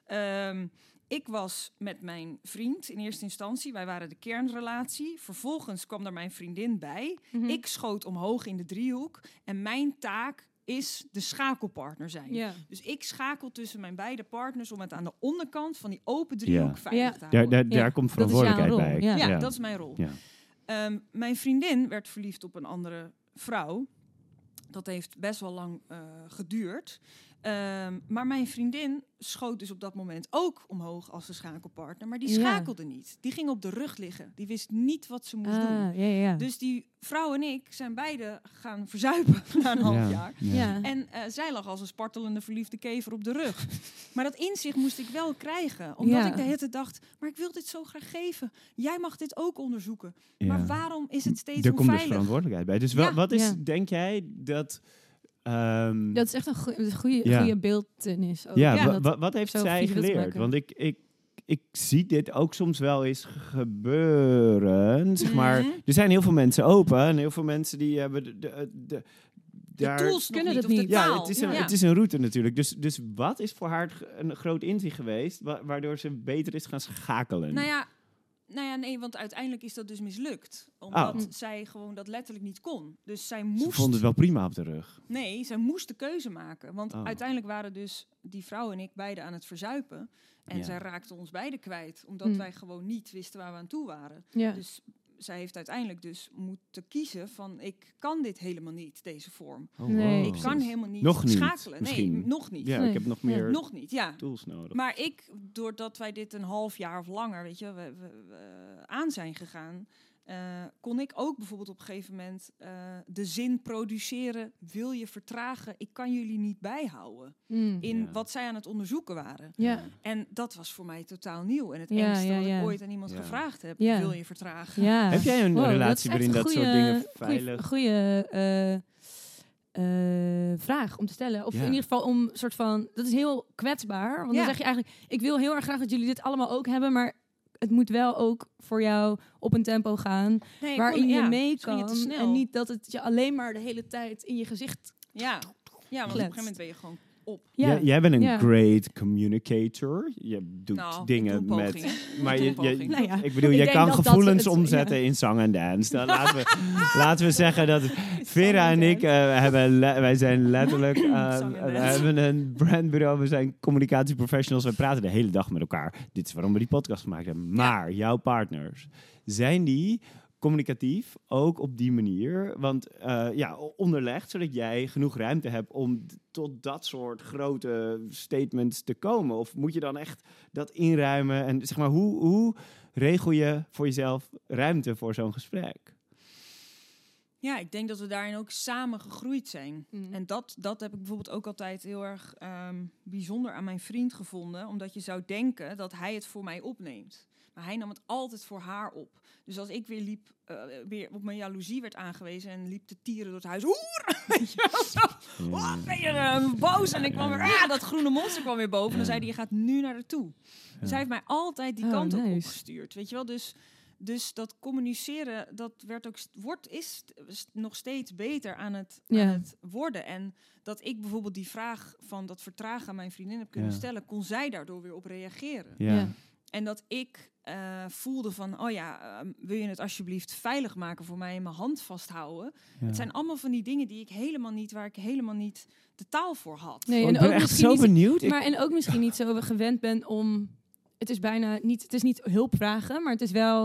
ik was met mijn vriend in eerste instantie. Wij waren de kernrelatie. Vervolgens kwam er mijn vriendin bij. Mhm. Ik schoot omhoog in de driehoek. En mijn taak is de schakelpartner zijn. Ja. Dus ik schakel tussen mijn beide partners... om het aan de onderkant van die open driehoek Ja. veilig Ja. te houden. Daar Ja, komt dat is jouw verantwoordelijkheid bij. rol, Ja, dat is mijn rol. Ja. Mijn vriendin werd verliefd op een andere vrouw. Dat heeft best wel lang geduurd. Maar mijn vriendin schoot dus op dat moment ook omhoog als de schakelpartner. Maar die Ja. schakelde niet. Die ging op de rug liggen. Die wist niet wat ze moest doen. Ja. Dus die vrouw en ik zijn beide gaan verzuipen na een half jaar. Ja. En zij lag als een spartelende verliefde kever op de rug. Maar dat inzicht moest ik wel krijgen. Omdat Ja. ik de hele tijd dacht, maar ik wil dit zo graag geven. Jij mag dit ook onderzoeken. Ja. Maar waarom is het steeds Er komt dus onveilig? verantwoordelijkheid bij. Dus Ja. wat is, Ja. denk jij, dat... Dat is echt een goede Ja. beeltenis. Ook. Ja, Ja, wat heeft zo zij visueel te geleerd? maken. Want ik zie dit ook soms wel eens gebeuren. Zeg maar, Mhm. er zijn heel veel mensen open en heel veel mensen die hebben De daar... tools kunnen nog het niet, of niet. de taal. Ja, het Ja. is een route natuurlijk. Dus wat is voor haar een groot inzicht geweest... waardoor ze beter is gaan schakelen? Nou ja, nee, want uiteindelijk is dat dus mislukt. Omdat Oh. zij gewoon dat letterlijk niet kon. Dus zij Ze moest... vond het wel prima op de rug. Nee, zij moest de keuze maken. Want Oh. uiteindelijk waren dus die vrouw en ik beide aan het verzuipen. En Ja. zij raakte ons beiden kwijt. Omdat Mm. wij gewoon niet wisten waar we aan toe waren. Ja. Dus zij heeft uiteindelijk dus moeten kiezen van... ik kan dit helemaal niet, deze vorm. Oh, Nee. wow. Ik kan helemaal niet Nog niet, schakelen. misschien. Nee, nog niet. Ja, Nee. ik heb nog Ja. meer Nog niet, ja. tools nodig. Maar doordat wij dit een half jaar of langer, weet je, we aan zijn gegaan, kon ik ook bijvoorbeeld op een gegeven moment de zin produceren: wil je vertragen? Ik kan jullie niet bijhouden Mm. in Ja. wat zij aan het onderzoeken waren. Ja. En dat was voor mij totaal nieuw. En het Ja, engste ja, wat ja. ik ooit aan iemand Ja. gevraagd heb: Ja. wil je vertragen? Ja. Heb jij een Wow, relatie dat is waarin echt dat een soort dingen veilig... goede vraag om te stellen. Of Ja. in ieder geval om soort van... Dat is heel kwetsbaar. Want Ja. dan zeg je eigenlijk... Ik wil heel erg graag dat jullie dit allemaal ook hebben, maar het moet wel ook voor jou op een tempo gaan Nee, ik waarin kon- je ja, mee soms ging kan. het te snel. En niet dat het je alleen maar de hele tijd in je gezicht... Ja, want op een Kletst. gegeven moment ben je gewoon op. Jij bent een Ja. great communicator. Je doet Nou, ik dingen doe met... pogingen. Maar Ik doe je, pogingen. Nou ja. ik bedoel, Ik jij denk kan dat dat gevoelens het- omzetten ja. in song en dance. Dan laten we zeggen dat Vera en ik dance. wij zijn letterlijk... Song we and dance. hebben een brandbureau, we zijn communicatieprofessionals. We praten de hele dag met elkaar. Dit is waarom we die podcast gemaakt hebben. Maar jouw partners, zijn die communicatief ook op die manier? Want onderlegd, zodat jij genoeg ruimte hebt om tot dat soort grote statements te komen? Of moet je dan echt dat inruimen? En zeg maar, hoe regel je voor jezelf ruimte voor zo'n gesprek? Ja, ik denk dat we daarin ook samen gegroeid zijn. Mm. En dat heb ik bijvoorbeeld ook altijd heel erg bijzonder aan mijn vriend gevonden. Omdat je zou denken dat hij het voor mij opneemt. Maar hij nam het altijd voor haar op. Dus als ik weer op mijn jaloezie werd aangewezen en liep te tieren door het huis. Hoer! Weet je wel zo. Oh, ben je boos? En ik kwam weer, dat groene monster kwam weer boven. En dan zei hij, je gaat nu naar haar toe. Dus hij heeft mij altijd die kant op opgestuurd. Weet je wel, dus dat communiceren, dat is nog steeds beter aan het worden. En dat ik bijvoorbeeld die vraag van dat vertragen aan mijn vriendin heb kunnen stellen, kon zij daardoor weer op reageren. Ja. En dat ik voelde van, wil je het alsjeblieft veilig maken voor mij en mijn hand vasthouden? Ja. Het zijn allemaal van die dingen waar ik helemaal niet de taal voor had. Nee, Oh, en ik ben ook echt misschien zo niet- benieuwd. Maar en ook misschien niet zo gewend ben om... Het is bijna niet... Het is niet hulp vragen, maar het is wel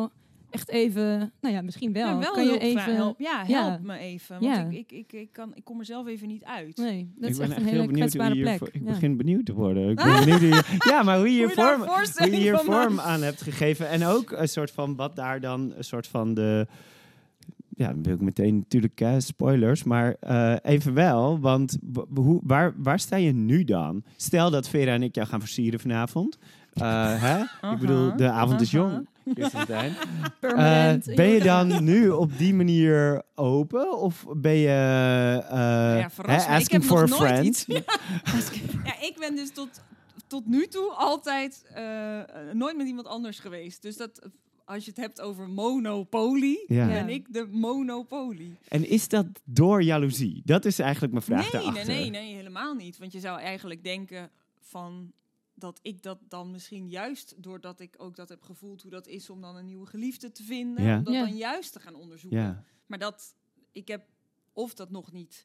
echt even... Nou ja, misschien wel. Ja, wel kan je hulp even... help Ja. me even. Want Ja. ik kom er zelf even niet uit. Nee, dat Ik is ben echt een heel hele benieuwd kwetsbare hoe je plek. ik Ja. begin benieuwd te worden. Ik ben benieuwd maar hoe je hier daar vorm, voorstelling hoe je hier van maakt. vorm aan hebt gegeven. En ook een soort van wat daar dan een soort van de... Ja, dan wil ik meteen natuurlijk spoilers, maar even wel. Want waar sta je nu dan? Stel dat Vera en ik jou gaan versieren vanavond. Hè? Ik bedoel, de avond is jong. Kirsten. Permanent. Ben je dan nu op die manier open? Of ben je verras me. Ik asking heb for a nog nooit friend? iets. Ja, ik ben dus tot nu toe altijd nooit met iemand anders geweest. Dus dat, als je het hebt over monopolie, Ja. ben ik de monopolie. En is dat door jaloezie? Dat is eigenlijk mijn vraag daarachter. Nee, helemaal niet. Want je zou eigenlijk denken van dat ik dat dan misschien juist, doordat ik ook dat heb gevoeld hoe dat is om dan een nieuwe geliefde te vinden, Ja. om dat Ja. dan juist te gaan onderzoeken. Ja. Maar ik heb of dat nog niet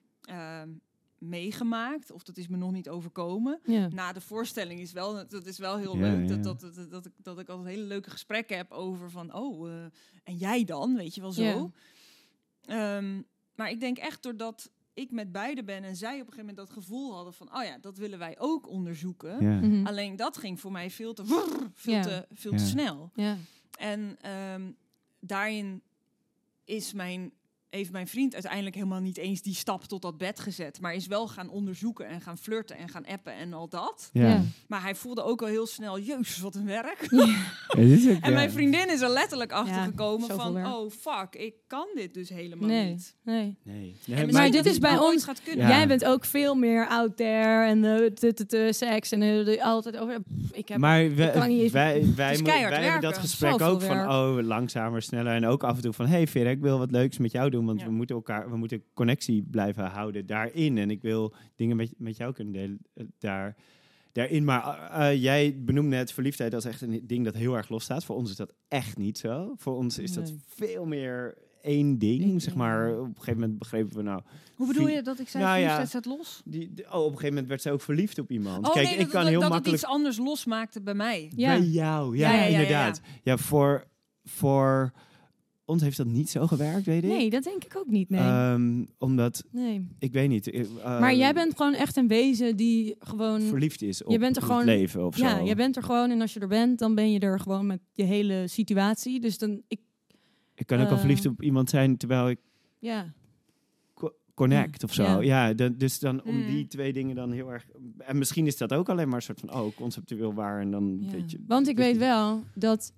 meegemaakt, of dat is me nog niet overkomen. Ja. Na de voorstelling is dat is wel heel Ja, leuk. ja. Dat ik altijd hele leuke gesprekken heb over van, en jij dan, weet je wel zo. Ja. Maar ik denk echt doordat ik met beide ben en zij op een gegeven moment dat gevoel hadden van, dat willen wij ook onderzoeken. Ja. Mhm. Alleen dat ging voor mij veel te Ja. te snel. Ja. En daarin heeft mijn vriend uiteindelijk helemaal niet eens die stap tot dat bed gezet. Maar is wel gaan onderzoeken en gaan flirten en gaan appen en al dat. Ja. Ja. Maar hij voelde ook al heel snel, jezus, wat een werk. Het is ook, En mijn vriendin is er letterlijk achter Ja, gekomen zoveel van, werk. oh fuck, ik kan dit dus helemaal Nee. niet. Nee. Nee. En Nee, misschien dit dat is het bij ooit ons- gaat kunnen. Ja. Jij bent ook veel meer out there en seks en altijd over. Ik heb maar ik kan niet eens- wij keihard hebben dat werken. gesprek Zoveel ook van werk. langzamer, sneller. En ook af en toe van hey Vera, ik wil wat leuks met jou doen. Want Ja. we moeten connectie blijven houden daarin. En ik wil dingen met jou kunnen delen daarin. Maar jij benoemt net verliefdheid als echt een ding dat heel erg los staat. Voor ons is dat echt niet zo. Voor ons is dat Nee. veel meer één ding. Eén Zeg ding, maar, ja. op een gegeven moment begrepen we nou... Hoe bedoel je dat ik zei, Nou ja. verliefdheid staat los? op een gegeven moment werd ze ook verliefd op iemand. Oh Kijk, nee, ik kan heel dat makkelijk... het iets anders losmaakte bij mij. Ja. Bij jou, ja, Ja, inderdaad. Ja, voor ons heeft dat niet zo gewerkt, weet ik. Nee, dat denk ik ook niet. Nee. Omdat, nee. ik weet niet. Maar jij bent gewoon echt een wezen die gewoon... verliefd is op Je bent er het gewoon- leven of Ja, zo. jij bent er gewoon en als je er bent, dan ben je er gewoon met je hele situatie. Dus dan, Ik kan ook al verliefd op iemand zijn terwijl ik ja. connect of zo. Ja. Ja, dus dan om Mm. die twee dingen dan heel erg... En misschien is dat ook alleen maar een soort van, conceptueel waar. En dan Ja. weet je... Want ik weet wel dat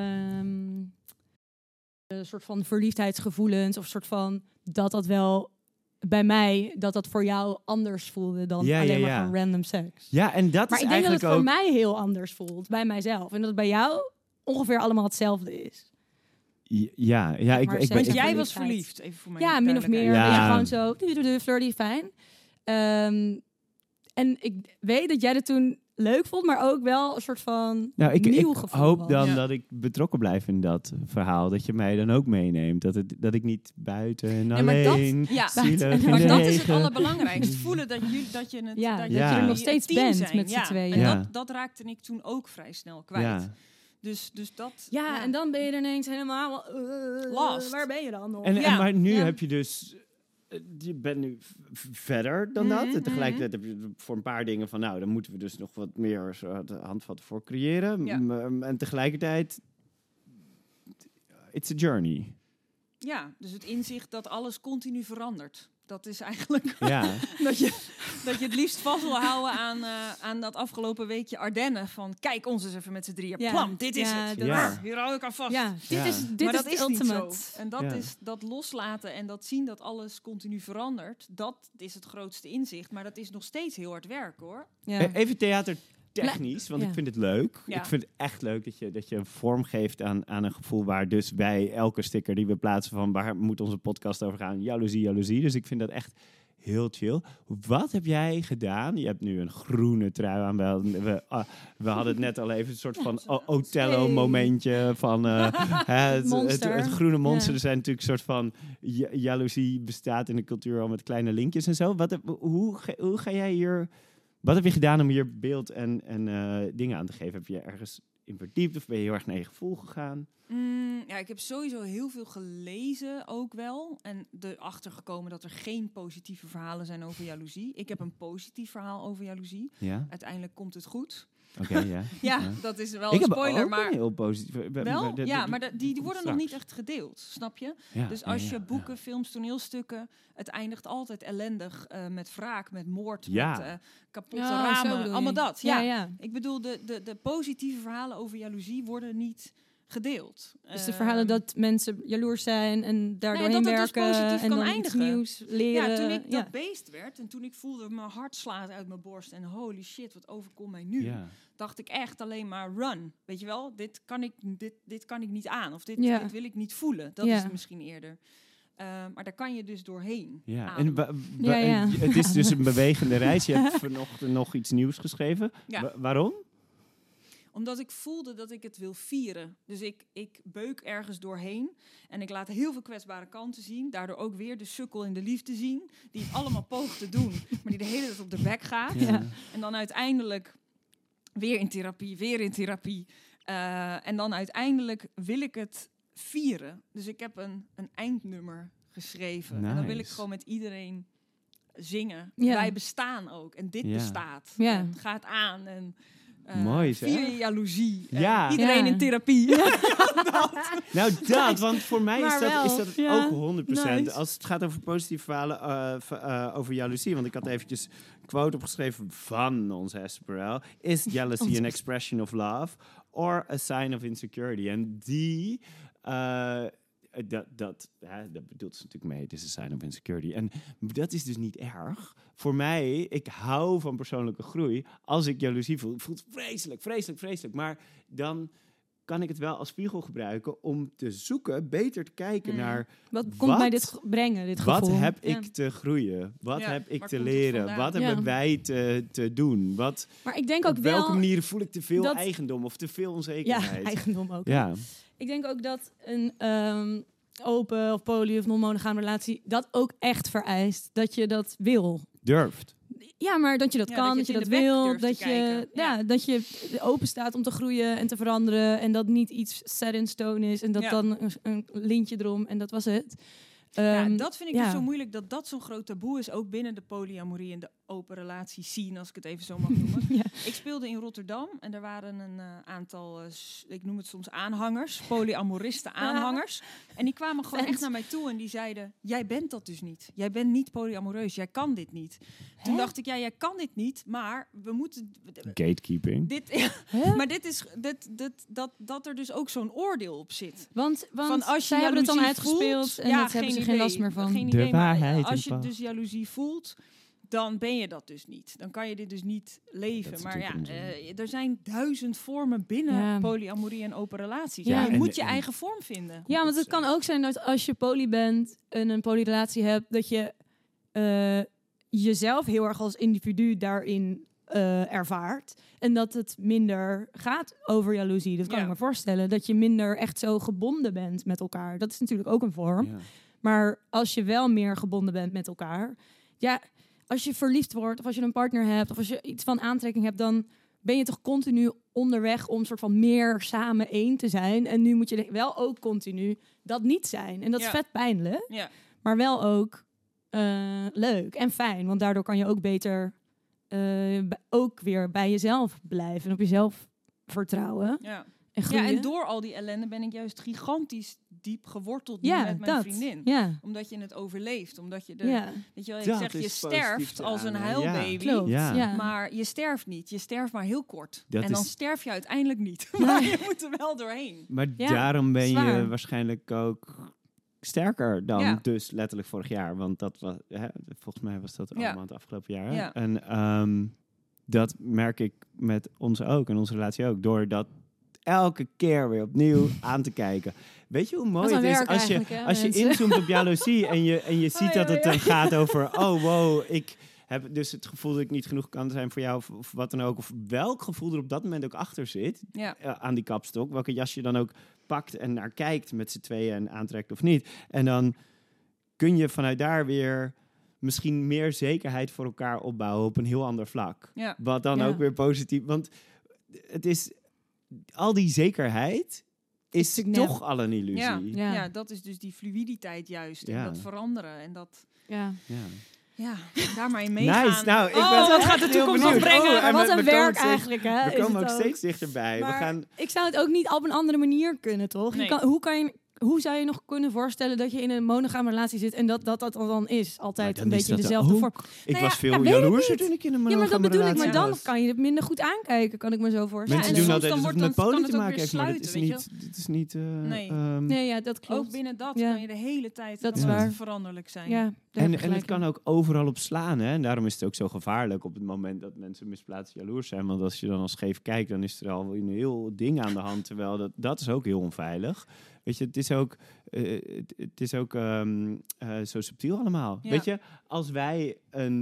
een soort van verliefdheidsgevoelens of soort van dat wel bij mij, dat voor jou anders voelde dan Ja, alleen ja, maar ja. van random seks. Ja, en dat Maar is ik denk dat het eigenlijk voor ook... mij heel anders voelt, bij mijzelf. En dat het bij jou ongeveer allemaal hetzelfde is. Ja, ik maar ben... seks Want en jij was verliefdheid. verliefd, even voor mij. Ja, min of meer. Ja. Ja. Gewoon zo, flirty, fijn. En ik weet dat jij het toen leuk vond, maar ook wel een soort van Nou, ik nieuw gevoel hoop was. dan Ja. dat ik betrokken blijf in dat verhaal. Dat je mij dan ook meeneemt. Dat ik niet buiten en Nee, maar dat- alleen... ja. zielig in Maar de dat is het regen. allerbelangrijkste. Voelen dat je het Ja, dat dat je je er nog een steeds team bent zijn. met z'n Ja. tweeën. En Ja. dat raakte ik toen ook vrij snel kwijt. Ja. Dus dat... Ja, en dan ben je er ineens helemaal... Lost. Waar ben je dan nog? En Ja. maar nu Ja. heb je dus... Je bent nu verder dan dat. Mhm, En tegelijkertijd heb je voor een paar dingen van... Nou, dan moeten we dus nog wat meer handvatten voor creëren. Ja. En tegelijkertijd... It's a journey. Ja, dus het inzicht dat alles continu verandert. Dat is eigenlijk Ja. dat je het liefst vast wil houden aan dat afgelopen weekje Ardennen. Van kijk ons eens even met z'n drieën. Ja. Plam, dit is Ja, het. dat Ja. Hier hou ik aan vast. Ja, dit Ja. is Maar dat het is niet ultimate. zo. En dat Ja. is dat loslaten en dat zien dat alles continu verandert. Dat is het grootste inzicht. Maar dat is nog steeds heel hard werk, hoor. Ja. Even theatertechnisch, want Ja. ik vind het leuk. Ja. Ik vind het echt leuk dat je een vorm geeft aan een gevoel waar dus wij elke sticker die we plaatsen van waar moet onze podcast over gaan, jaloezie. Dus ik vind dat echt heel chill. Wat heb jij gedaan? Je hebt nu een groene trui aan. We hadden het net al even een soort van Othello-momentje van het Monster. groene monster. Ja. Er zijn natuurlijk een soort van jaloezie bestaat in de cultuur al met kleine linkjes en zo. Hoe ga jij hier... Wat heb je gedaan om hier beeld en dingen aan te geven? Heb je ergens in verdiept of ben je heel erg naar je gevoel gegaan? Ja, ik heb sowieso heel veel gelezen ook wel. En erachter gekomen dat er geen positieve verhalen zijn over jaloezie. Ik heb een positief verhaal over jaloezie. Ja? Uiteindelijk komt het goed. Oké, ja. Ja, dat is wel Ik een heb spoiler, ook maar een heel positief... wel? Ja, maar die komt worden nog straks. niet echt gedeeld, snap je? Ja, Dus ja, als ja, je ja. boeken, films, toneelstukken... het eindigt altijd ellendig met wraak, met moord, Ja. met kapotte Oh, zo ramen. bedoel je. Allemaal dat, Ja, ja. ja. Ik bedoel, de positieve verhalen over jaloezie worden niet gedeeld. Dus de verhalen dat mensen jaloers zijn en daardoor dat heen het dus werken positief en kan dan eindigen. iets nieuws leren. Ja, toen ik dat beest werd en toen ik voelde mijn hart slaat uit mijn borst... en holy shit, wat overkomt mij nu? Ja. Dacht ik echt alleen maar run. Weet je wel, dit kan ik niet aan. Of dit wil ik niet voelen. Dat Ja. is het misschien eerder. Maar daar kan je dus doorheen. Ja, ademen. en Ja. het is dus een bewegende reis. Je hebt vanochtend nog iets nieuws geschreven. Ja. Waarom? Omdat ik voelde dat ik het wil vieren. Dus ik beuk ergens doorheen. En ik laat heel veel kwetsbare kanten zien. Daardoor ook weer de sukkel in de liefde zien. Die het allemaal poogt te doen. Maar die de hele tijd op de bek gaat. Ja. En dan uiteindelijk weer in therapie. En dan uiteindelijk wil ik het vieren. Dus ik heb een eindnummer geschreven. En dan wil ik Nice. gewoon met iedereen zingen. Ja. Wij bestaan ook. En dit Ja. bestaat. Ja. En het gaat aan. En Mooi, zeg. vier je jaloezie. En Ja. iedereen Ja. in therapie. Nou, dat, want voor mij Maar is wel, dat het ja. ook 100%. Nice. Als het gaat over positieve verhalen over jaloezie, want ik had eventjes een quote opgeschreven van onze Esther Perel. Is jealousy an expression of love or a sign of insecurity? En die... Dat bedoelt ze natuurlijk mee. Het is een sign of insecurity. En dat is dus niet erg. Voor mij, ik hou van persoonlijke groei. Als ik jaloezie voel, voelt het vreselijk. Maar dan kan ik het wel als spiegel gebruiken om te zoeken, beter te kijken naar Wat komt mij dit brengen, dit gevoel? wat heb Ja. ik te groeien? Wat Ja, heb ik waar te komt het leren? vandaan? Wat hebben Ja. wij te doen? Maar ik denk ook Op welke wel... manieren voel ik te veel dat- eigendom of te veel Ja, onzekerheid? eigendom ook. Ja. Ik denk ook dat een open of poly of non-monogame relatie dat ook echt vereist. Dat je dat wil. Durft. Ja, maar dat je dat Ja, kan, dat dat je je het dat in de bek wil. durft te Dat je, kijken. Ja. dat je open staat om te groeien en te veranderen. En dat niet iets set in stone is. En dat Ja. dan een lintje erom en dat was het. Dat vind ik ja. dus zo moeilijk dat zo'n groot taboe is. Ook binnen de polyamorie en de open relatie scene, als ik het even zo mag noemen. Ja. Ik speelde in Rotterdam en er waren een aantal, ik noem het soms aanhangers, polyamoristen aanhangers. En die kwamen gewoon Fans. echt naar mij toe en die zeiden, jij bent dat dus niet. Jij bent niet polyamoreus, jij kan dit niet. Toen dacht ik, ja, jij kan dit niet, maar we moeten... Gatekeeping. Hè? Maar dit is dat er dus ook zo'n oordeel op zit. Want Van als je zij hebben het dan jaloezie uitgespeeld voelt, en dat hebben ze geen last meer van. Geen De idee, maar waarheid als je in dus jaloezie voelt, dan ben je dat dus niet. Dan kan je dit dus niet leven. Dat is Maar ja, natuurlijk er zijn 1000 vormen binnen Ja. polyamorie en open relaties. Ja, Ja, je en- moet je en- eigen vorm vinden. Ja, want het kan ook zijn dat als je poly bent en een polyrelatie hebt, dat je jezelf heel erg als individu daarin ervaart. En dat het minder gaat over jaloezie. Dat kan Ja. ik me voorstellen. Dat je minder echt zo gebonden bent met elkaar. Dat is natuurlijk ook een vorm. Ja. Maar als je wel meer gebonden bent met elkaar. Ja, als je verliefd wordt of als je een partner hebt of als je iets van aantrekking hebt, dan ben je toch continu onderweg om soort van meer samen één te zijn. En nu moet je wel ook continu dat niet zijn. En dat is Ja. vet pijnlijk, Ja, maar wel ook leuk en fijn. Want daardoor kan je ook beter ook weer bij jezelf blijven en op jezelf vertrouwen ja. en groeien. Ja, en door al die ellende ben ik juist gigantisch diep geworteld nu Ja, met mijn dat. vriendin. Ja, Omdat je het overleeft. Omdat je ja, weet je wel, ik Dat zeg, je is positief sterft als een aan, huilbaby. klopt. Ja. Ja. Maar je sterft niet. Je sterft maar heel kort. Dat en dan is- sterf je uiteindelijk niet. Maar je moet er wel doorheen. Maar Ja, daarom ben je zwaar. waarschijnlijk ook sterker dan Ja. dus letterlijk vorig jaar. Want dat was, volgens mij was dat Ja. allemaal het afgelopen jaar. Hè? Ja. En dat merk ik met ons ook en onze relatie ook. Door dat elke keer weer opnieuw aan te kijken. Weet je hoe mooi Wat een het is werk als je, eigenlijk, hè, als je mensen. inzoomt op jaloezie en je ziet dat het dan gaat over, oh wow, ik heb dus het gevoel dat ik niet genoeg kan zijn voor jou of wat dan ook. Of welk gevoel er op dat moment ook achter zit Ja. aan die kapstok. Welke jas je dan ook pakt en naar kijkt met z'n tweeën en aantrekt of niet. En dan kun je vanuit daar weer misschien meer zekerheid voor elkaar opbouwen op een heel ander vlak. Ja. Wat dan Ja. ook weer positief. Want het is al die zekerheid is natuurlijk toch al een illusie. Ja. Dat is dus die fluiditeit juist. Ja. En dat veranderen. En dat, Ja. daar maar in meegaan. Nice. Nou, ik ben wat echt gaat de heel toekomst nog benieuwd. brengen? En Wat we een komen werk steeds- eigenlijk, hè? We is komen het ook steeds dichterbij. Maar We gaan... ik zou het ook niet op een andere manier kunnen, toch? Nee. Hoe zou je nog kunnen voorstellen dat je in een monogame relatie zit en dat dan is? Altijd dan een is beetje dat dezelfde ook. vorm. Ik Nou was ja, veel weet ik jaloerser niet. toen ik in een Ja, maar dat monogame bedoel ik. Maar relatie dan was. kan je het minder goed aankijken, kan ik me zo voorstellen. Mensen en doen soms altijd dan alsof wordt het met dan- poli kan te het ook maken weer heeft, maar dat is sluiten, niet... Dit is niet Nee. Nee, ja, dat klopt. Ook binnen dat Ja. kan je de hele tijd Dat is kan het waar. veranderlijk zijn. Ja, daar heb je En gelijk het kan in. ook overal op slaan. Hè? En daarom is het ook zo gevaarlijk op het moment dat mensen misplaatst jaloers zijn. Want als je dan al scheef kijkt, dan is er al een heel ding aan de hand. Terwijl dat is ook heel onveilig. Weet je, het is ook zo subtiel allemaal. Ja. Weet je, als wij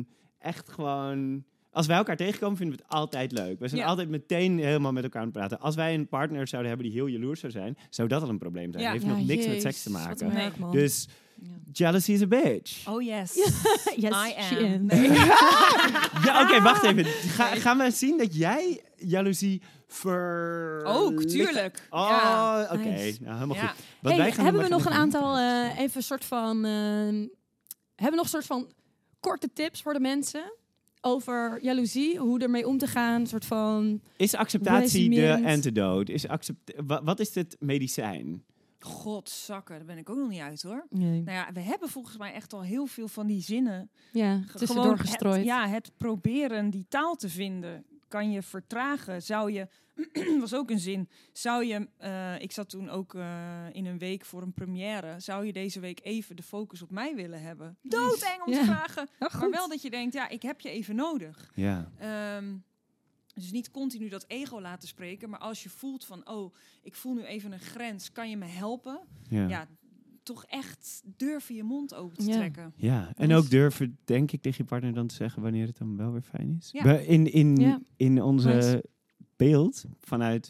als wij elkaar tegenkomen, vinden we het altijd leuk. We zijn Ja. altijd meteen helemaal met elkaar aan het praten. Als wij een partner zouden hebben die heel jaloers zou zijn, zou dat al een probleem zijn. Ja. Het heeft nog niks met jezus, seks te wat maken. een Nee. werk, man. Dus Ja. jealousy is a bitch. Oh yes. Yes, I she am. is. Nee. Ja, oké, wacht even. Gaan we zien dat jij jaloezie Ook, tuurlijk. Oh, Ja. oké. Nice. Nou, helemaal Ja. goed. Wat Hey, wij gaan hebben we doen, nog een wij gaan- aantal, even een soort van... hebben we nog een soort van korte tips voor de mensen over jaloezie? Hoe ermee om te gaan? Een soort van... Is acceptatie de resumeren. antidote? Wat is het medicijn? Godzakken, daar ben ik ook nog niet uit hoor. Nee. Nou ja, we hebben volgens mij echt al heel veel van die zinnen. Ja, tussendoor gestrooid. Het proberen die taal te vinden kan je vertragen. Zou je, was ook een zin, zou je, ik zat toen ook in een week voor een première, zou je deze week even de focus op mij willen hebben? Doodeng om Ja. te vragen, Ja, goed. maar wel dat je denkt, ja, ik heb je even nodig. Ja. Dus niet continu dat ego laten spreken, maar als je voelt van, oh, ik voel nu even een grens, kan je me helpen? Ja. Ja, toch echt durven je mond open te Ja. trekken. Ja, en ook durven, denk ik, tegen je partner dan te zeggen wanneer het dan wel weer fijn is. Ja. We- In onze Nice. beeld vanuit...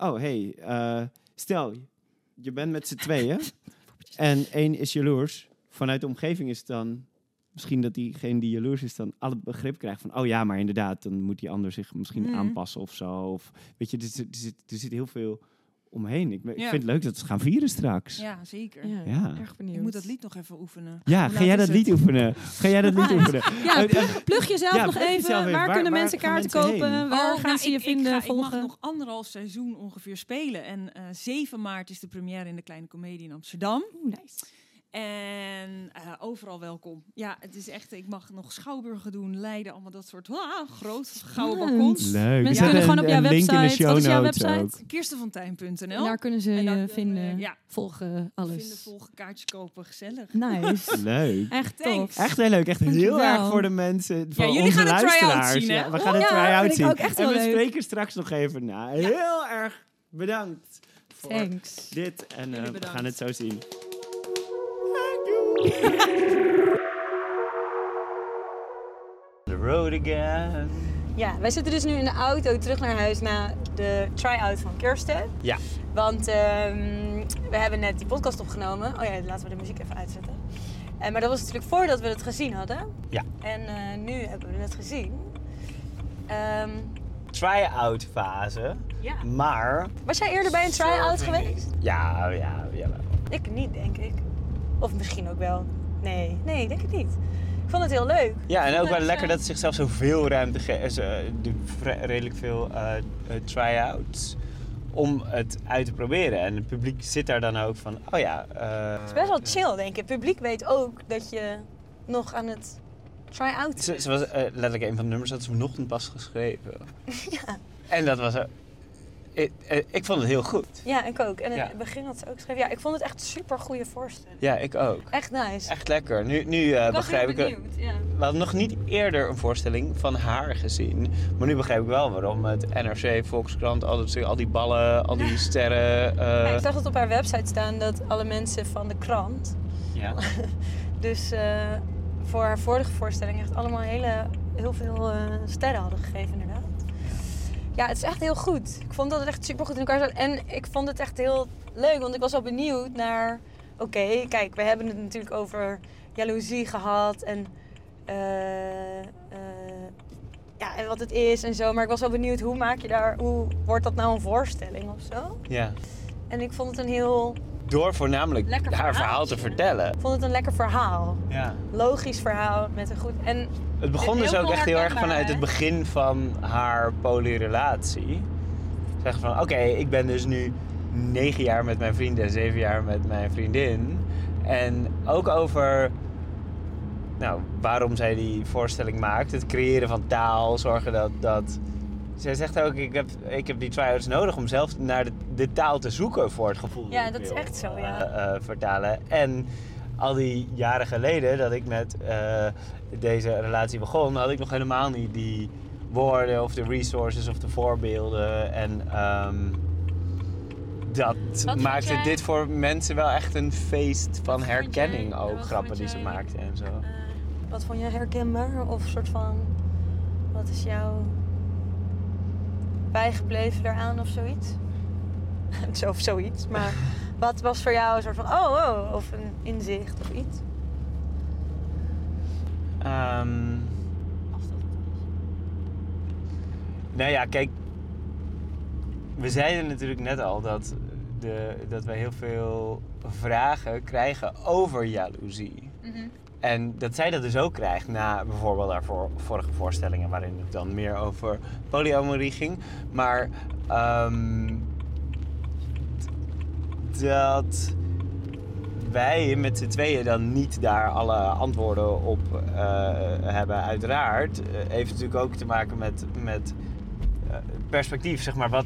stel, je bent met z'n tweeën en één is jaloers. Vanuit de omgeving is het dan... Misschien dat diegene die jaloers is dan alle begrip krijgt van... Oh ja, maar inderdaad, dan moet die ander zich misschien aanpassen of zo. Of, weet je, er zit heel veel omheen. Ik Ja. vind het leuk dat we het gaan vieren straks. Ja, zeker. Ja, Ja. erg benieuwd. Ik moet dat lied nog even oefenen. Ja, Hoe ga laat jij is dat het? lied oefenen? Ga jij dat lied oefenen? Ja, plug jezelf Ja, nog plug even. jezelf even. Waar kunnen Waar mensen gaan kaarten mensen kopen? heen? Waar Oh, gaan ze je vinden, ik volgen? mag nog 1,5 seizoen ongeveer spelen. En 7 maart is de première in de Kleine Comedie in Amsterdam. Oeh, nice. En overal welkom. Ja, het is echt, ik mag nog schouwburgen doen, Leiden, allemaal dat soort groot gouden Spannend. balkons. Leuk. Mensen We kunnen zetten gewoon op jouw een link in de website. show Wat is jouw notes website? ook. Kirstenfontein.nl. Daar kunnen ze En dan, je vinden, ja, volgen, vinden, alles. volgen, kaartjes kopen, gezellig. Nice. Leuk. Echt Thanks. tof. Echt heel leuk. Echt heel Dankjewel. erg voor de mensen, voor jullie onze gaan een try-out luisteraars. zien, hè? Ja, we gaan Oh, een ja, try-out vind ik zien. ook echt En wel we leuk. spreken straks nog even na. Heel erg bedankt voor Thanks. dit. En Jullie we bedankt. gaan het zo zien. The road again. Ja, wij zitten dus nu in de auto terug naar huis na de try-out van Kirsten. Ja. Want we hebben net die podcast opgenomen. Oh ja, laten we de muziek even uitzetten. Maar dat was natuurlijk voordat we het gezien hadden. Ja. En nu hebben we het gezien. Try-out fase. Ja. Maar... Was jij eerder bij een try-out geweest? Ja, jawel. Ik niet, denk ik. Of misschien ook wel. Nee, ik denk het niet. Ik vond het heel leuk. Ja, en ook wel Dus, lekker dat het zichzelf zoveel ruimte geeft. Redelijk veel try-outs om het uit te proberen. En het publiek zit daar dan ook van, oh ja... Het is best wel chill, denk ik. Het publiek weet ook dat je nog aan het try-out bent. Ze was letterlijk een van de nummers, dat is vanochtend pas geschreven. Ja. En dat was... ik vond het heel goed. Ja, ik ook. En in Ja. het begin had ze ook geschreven. Ja, ik vond het echt super goede voorstelling. Ja, ik ook. Echt nice. Echt lekker. Nu begrijp ik... Ja. We hadden nog niet eerder een voorstelling van haar gezien. Maar nu begrijp ik wel waarom het NRC, Volkskrant, al die ballen, al die sterren... Ja, ik zag het op haar website staan dat alle mensen van de krant... ja. dus voor haar vorige voorstelling echt allemaal heel veel sterren hadden gegeven, inderdaad. Ja, het is echt heel goed. Ik vond dat het echt super goed in elkaar zat. En ik vond het echt heel leuk, want ik was wel benieuwd naar... Oké, kijk, we hebben het natuurlijk over jaloezie gehad en ja, en wat het is en zo. Maar ik was wel benieuwd, hoe wordt dat nou een voorstelling of zo? Ja. En ik vond het een heel... Door voornamelijk Lekker haar verhaal verhaaltje. te vertellen. Ik vond het een lekker verhaal. Ja. Logisch verhaal met een goed... En Het begon Heel dus ook veel echt heel erg herkenbaar, vanuit hè? het begin van haar polyrelatie. Zeggen van, oké, ik ben dus nu 9 jaar met mijn vrienden en 7 jaar met mijn vriendin. En ook over waarom zij die voorstelling maakt. Het creëren van taal, zorgen dat... Zij zegt ook, ik heb die try-outs nodig om zelf naar de taal te zoeken voor het gevoel. Ja, ik dat is wil, echt zo, ja. Vertalen. En al die jaren geleden dat ik met deze relatie begon, had ik nog helemaal niet die woorden of de resources of de voorbeelden. En dat Wat maakte vond jij- dit voor mensen wel echt een feest van Wat vond herkenning jij- ook. wat Grappen vond die ze jij- maakte en zo. wat vond jij herkenbaar? Of soort van... Wat is jou bijgebleven daaraan of zoiets? Of zoiets, maar... Wat was voor jou een soort van... Oh, of een inzicht of iets? Nou ja, kijk, we zeiden natuurlijk net al dat wij heel veel vragen krijgen over jaloezie. En dat zij dat dus ook krijgt na bijvoorbeeld haar vorige voorstellingen, waarin het dan meer over polyamorie ging. Maar dat wij met z'n tweeën dan niet daar alle antwoorden op hebben, uiteraard. Heeft natuurlijk ook te maken met perspectief, zeg maar.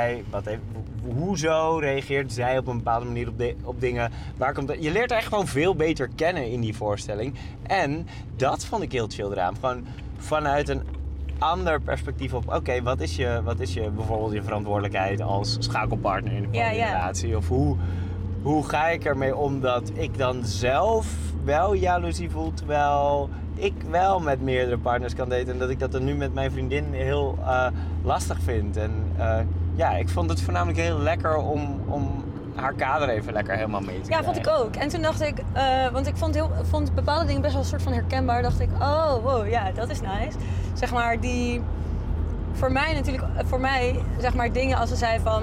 Hoezo reageert zij op een bepaalde manier op dingen? Je leert haar echt gewoon veel beter kennen in die voorstelling. En dat vond ik heel chill eraan. Gewoon vanuit een ander perspectief op... Oké, wat is je bijvoorbeeld je verantwoordelijkheid als schakelpartner in een relatie? Of hoe ga ik ermee om dat ik dan zelf wel jaloezie voel, terwijl ik wel met meerdere partners kan daten en dat ik dat dan nu met mijn vriendin heel lastig vind. En ik vond het voornamelijk heel lekker om haar kader even lekker helemaal mee te krijgen. Ja, vond ik ook. En toen dacht ik, want ik vond bepaalde dingen best wel een soort van herkenbaar. Dacht ik, oh, wow, ja, dat is nice. Zeg maar, voor mij, zeg maar, dingen als ze zei van,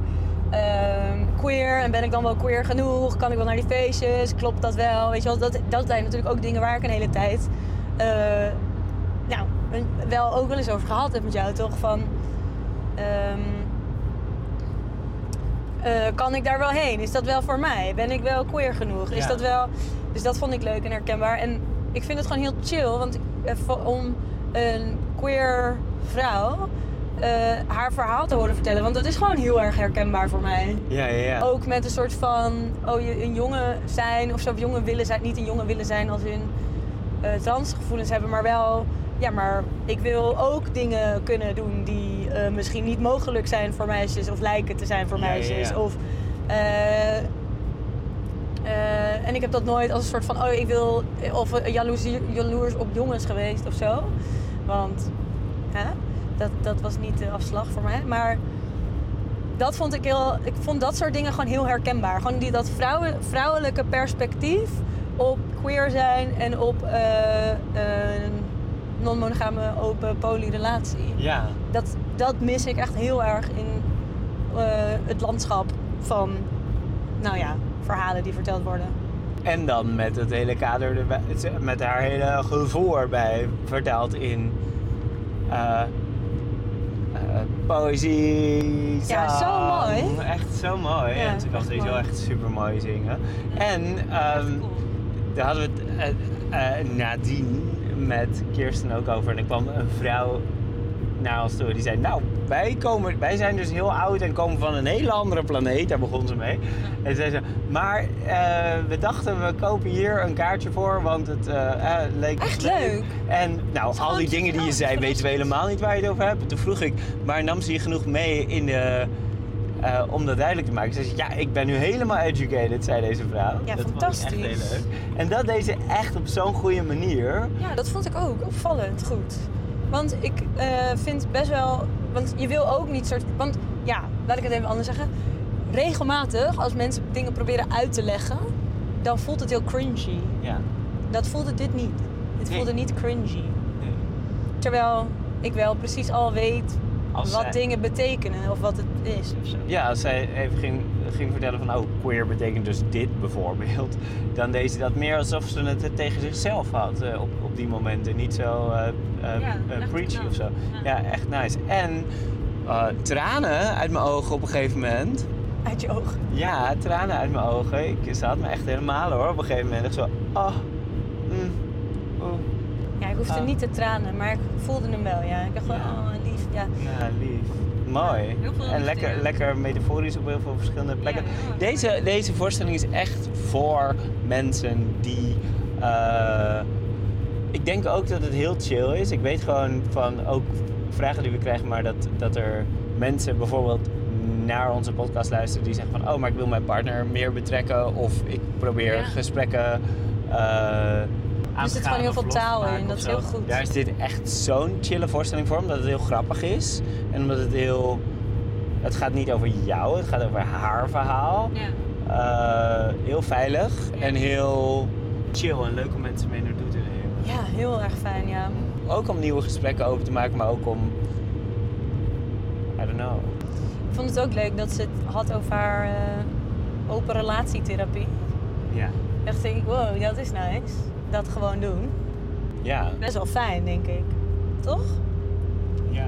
queer, en ben ik dan wel queer genoeg? Kan ik wel naar die feestjes? Klopt dat wel? Weet je wel, dat zijn natuurlijk ook dingen waar ik een hele tijd wel ook wel eens over gehad heb met jou, toch? Van, kan ik daar wel heen? Is dat wel voor mij? Ben ik wel queer genoeg? Is dat wel... Dus dat vond ik leuk en herkenbaar. En ik vind het gewoon heel chill, want om een queer vrouw haar verhaal te horen vertellen. Want dat is gewoon heel erg herkenbaar voor mij. Ja. Ook met een soort van, een jongen zijn of zo, of jongen willen zijn. Niet een jongen willen zijn als in transgevoelens hebben, maar wel... Ja, maar ik wil ook dingen kunnen doen die misschien niet mogelijk zijn voor meisjes of lijken te zijn voor meisjes. Ja. Of, en ik heb dat nooit als een soort van, ik wil, of jaloers op jongens geweest of zo. Want dat was niet de afslag voor mij. Maar dat vond ik vond dat soort dingen gewoon heel herkenbaar. Gewoon dat vrouwelijke perspectief op queer zijn en op non-monogame open polyrelatie. Ja. Dat mis ik echt heel erg in het landschap van, verhalen die verteld worden. En dan met het hele kader erbij, met haar hele gevoel erbij vertaald in poëzie. Ja, zo mooi. Echt zo mooi. Ja, en toen kan ze sowieso echt super mooi zingen. En daar hadden we het nadien met Kirsten ook over. En er kwam een vrouw naar ons toe die zei, wij zijn dus heel oud en komen van een hele andere planeet. Daar begon ze mee. En zei ze, maar we dachten we kopen hier een kaartje voor, want het leek echt leuk. En al die dingen die je zei, weten we helemaal niet waar je het over hebt. Toen vroeg ik, maar nam ze je genoeg mee om dat duidelijk te maken? Ze zei, ik ben nu helemaal educated, zei deze vrouw. Ja, dat fantastisch. vond ik echt heel leuk. En dat deed ze echt op zo'n goede manier. Ja, dat vond ik ook opvallend goed. Want ik vind best wel... Want je wil ook niet Want laat ik het even anders zeggen. Regelmatig, als mensen dingen proberen uit te leggen, dan voelt het heel cringy. Ja. Dat voelde dit niet. Dit voelde niet cringy. Nee. Terwijl ik wel precies al weet Als wat zij- dingen betekenen of wat het is of zo. Ja, als zij even ging vertellen van, oh, queer betekent dus dit bijvoorbeeld, dan deed ze dat meer alsof ze het tegen zichzelf had op die momenten. Niet zo echt preachy knap. of zo. Ja. Ja, echt nice. En tranen uit mijn ogen op een gegeven moment. Uit je ogen. Ja, tranen uit mijn ogen. Ze had me echt helemaal hoor. Op een gegeven moment echt zo, Ja, ik hoefde niet te tranen, maar ik voelde hem wel, ja. Ik dacht van, Ja. oh, lief, ja. Ja, lief. Mooi. heel veel En liefde, ja. lekker metaforisch op heel veel verschillende plekken. Ja, heel erg. Deze voorstelling is echt voor mensen die... ik denk ook dat het heel chill is. Ik weet gewoon van ook vragen die we krijgen, maar dat er mensen bijvoorbeeld naar onze podcast luisteren die zeggen van, oh, maar ik wil mijn partner meer betrekken of ik probeer gesprekken aan zit te gewoon gaan heel of veel los te taal in, maken dat of is zo. heel goed. Daar is dit echt zo'n chille voorstelling voor, omdat het heel grappig is en omdat het heel... Het gaat niet over jou, het gaat over haar verhaal. Ja. Heel veilig en heel chill en leuk om mensen mee naartoe te nemen. Ja, heel erg fijn, ja. Ook om nieuwe gesprekken open te maken, maar ook om... I don't know. Ik vond het ook leuk dat ze het had over haar open relatietherapie. Ja. Dacht ik, wow, dat is nice. Dat gewoon doen. Ja. Best wel fijn, denk ik. Toch? Ja.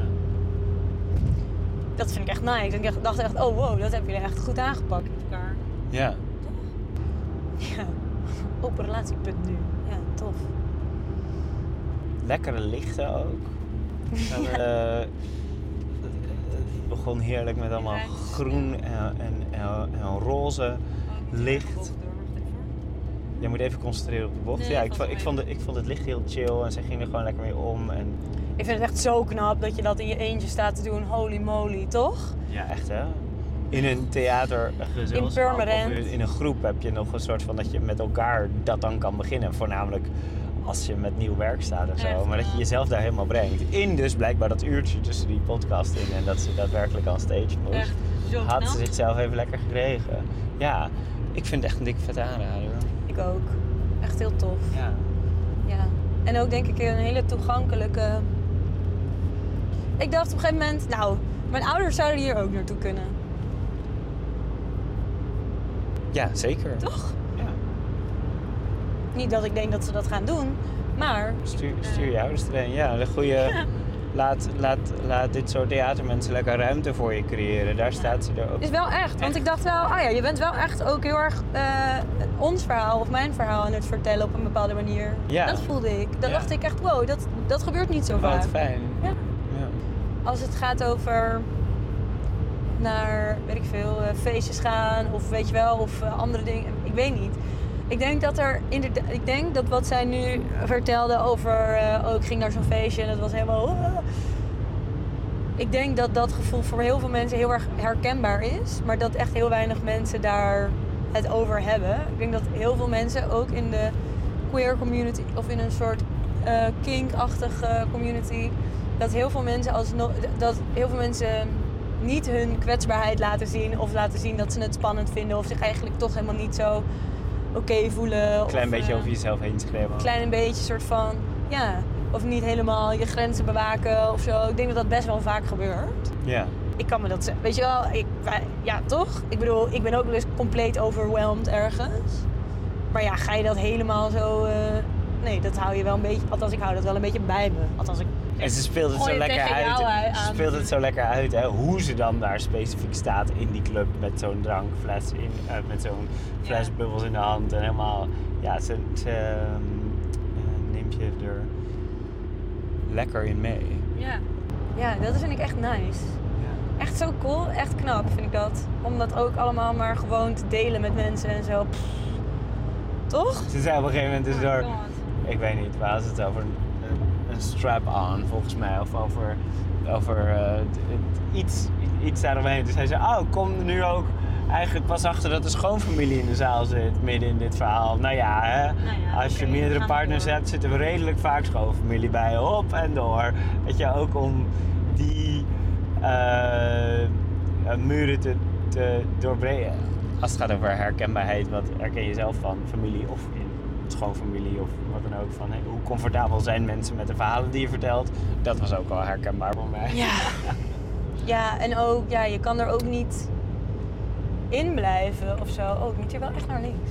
Dat vind ik echt nice. Ik dacht echt, oh wow, dat hebben jullie echt goed aangepakt met elkaar. Ja. Ja, open relatiepunt nu. Ja, tof. Lekkere lichten ook. Het begon heerlijk met allemaal groen en roze licht. Je moet even concentreren op de bocht. Nee, Ja, valt mee. ik vond het licht heel chill en ze ging er gewoon lekker mee om. En... Ik vind het echt zo knap dat je dat in je eentje staat te doen. Holy moly, toch? Ja, echt hè? In een theatergezelschap In Purmerend. of in een groep heb je nog een soort van dat je met elkaar dat dan kan beginnen. Voornamelijk als je met nieuw werk staat of zo. Echt, Maar dat je ja. jezelf daar helemaal brengt. In dus blijkbaar dat uurtje tussen die podcast in en dat ze daadwerkelijk aan stage moest. Echt zo Had knap. ze zichzelf even lekker gekregen. Ja, ik vind het echt een dikke vet aanrader. Ik ook. Echt heel tof. Ja. Ja. En ook denk ik een hele toegankelijke... Ik dacht op een gegeven moment, nou, mijn ouders zouden hier ook naartoe kunnen. Ja, zeker. Toch? Ja. Niet dat ik denk dat ze dat gaan doen, maar... Stuur je ouders erin. Ja, de goede... Laat dit soort theatermensen lekker ruimte voor je creëren. Daar staat ze er ook. Het is wel echt, want ik dacht wel, oh ja, je bent wel echt ook heel erg ons verhaal of mijn verhaal aan het vertellen op een bepaalde manier. Ja. Dat voelde ik. Dat Ja. dacht ik echt, wow, dat gebeurt niet zo vaak. Wat fijn. Ja. Ja. Als het gaat over naar, weet ik veel, feestjes gaan of weet je wel, of andere dingen. Ik weet niet. Ik denk dat ik denk dat wat zij nu vertelde over, ik ging naar zo'n feestje en dat was helemaal... Ik denk dat dat gevoel voor heel veel mensen heel erg herkenbaar is, maar dat echt heel weinig mensen daar het over hebben. Ik denk dat heel veel mensen, ook in de queer community of in een soort kink-achtige community, dat heel veel mensen niet hun kwetsbaarheid laten zien of laten zien dat ze het spannend vinden of zich eigenlijk toch helemaal niet zo oké voelen. Een klein of, beetje over jezelf heen schreeuwen. klein beetje soort van, ja, of niet helemaal je grenzen bewaken of zo. Ik denk dat dat best wel vaak gebeurt. Ja. Ik kan me dat zeggen. Weet je wel, ja toch? Ik bedoel, ik ben ook wel eens compleet overwhelmed ergens. Maar ja, ga je dat helemaal zo... nee, dat hou je wel een beetje... Althans, ik hou dat wel een beetje bij me. Althans, En ze speelt het Gooi zo het lekker tegen jou uit. aan. Ze speelt het zo lekker uit, hè? Hoe ze dan daar specifiek staat in die club met zo'n drankfles met zo'n fles bubbels in de hand en helemaal. Ja, ze neemt je er lekker in mee. ja, dat vind ik echt nice. Ja. Echt zo cool, echt knap vind ik dat. Om dat ook allemaal maar gewoon te delen met mensen en zo. Pff. Toch? Ze zei op een gegeven moment dus door, ik weet niet, waar was het over een strap-on volgens mij of over iets daaromheen. Dus hij zei, kom er nu ook eigenlijk pas achter dat de schoonfamilie in de zaal zit midden in dit verhaal. Nou ja, hè? Als je meerdere partners hebt, zit er redelijk vaak schoonfamilie bij. Hop en door. Weet je, ook om die muren te doorbreken. Als het gaat over herkenbaarheid, wat herken je zelf van familie of in schoonfamilie of wat dan ook. Van, hoe comfortabel zijn mensen met de verhalen die je vertelt. Dat was ook wel herkenbaar voor mij. Ja. Ja, en ook, je kan er ook niet in blijven of zo. Oh, ik moet hier wel echt naar links.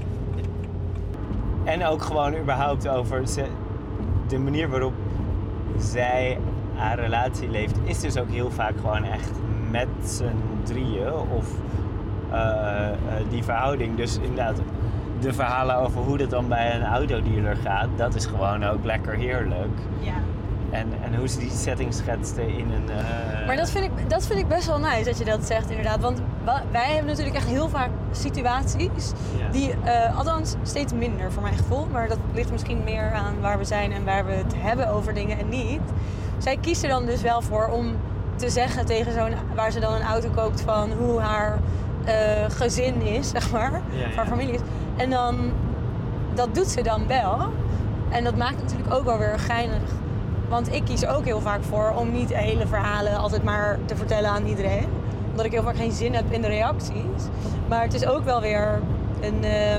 En ook gewoon überhaupt over de manier waarop zij haar relatie leeft, is dus ook heel vaak gewoon echt met z'n drieën. Of die verhouding. Dus inderdaad, de verhalen over hoe dat dan bij een autodealer gaat, dat is gewoon ook lekker heerlijk. Ja. En hoe ze die setting schetste in een... Maar dat vind ik best wel nice dat je dat zegt, inderdaad. Want wij hebben natuurlijk echt heel vaak situaties die, althans steeds minder voor mijn gevoel, maar dat ligt misschien meer aan waar we zijn en waar we het hebben over dingen en niet. Zij kiest er dan dus wel voor om te zeggen tegen waar ze dan een auto koopt van hoe haar gezin is, zeg maar, of haar familie is. En dan, dat doet ze dan wel. En dat maakt het natuurlijk ook wel weer geinig. Want ik kies er ook heel vaak voor om niet de hele verhalen altijd maar te vertellen aan iedereen. Omdat ik heel vaak geen zin heb in de reacties. Maar het is ook wel weer een...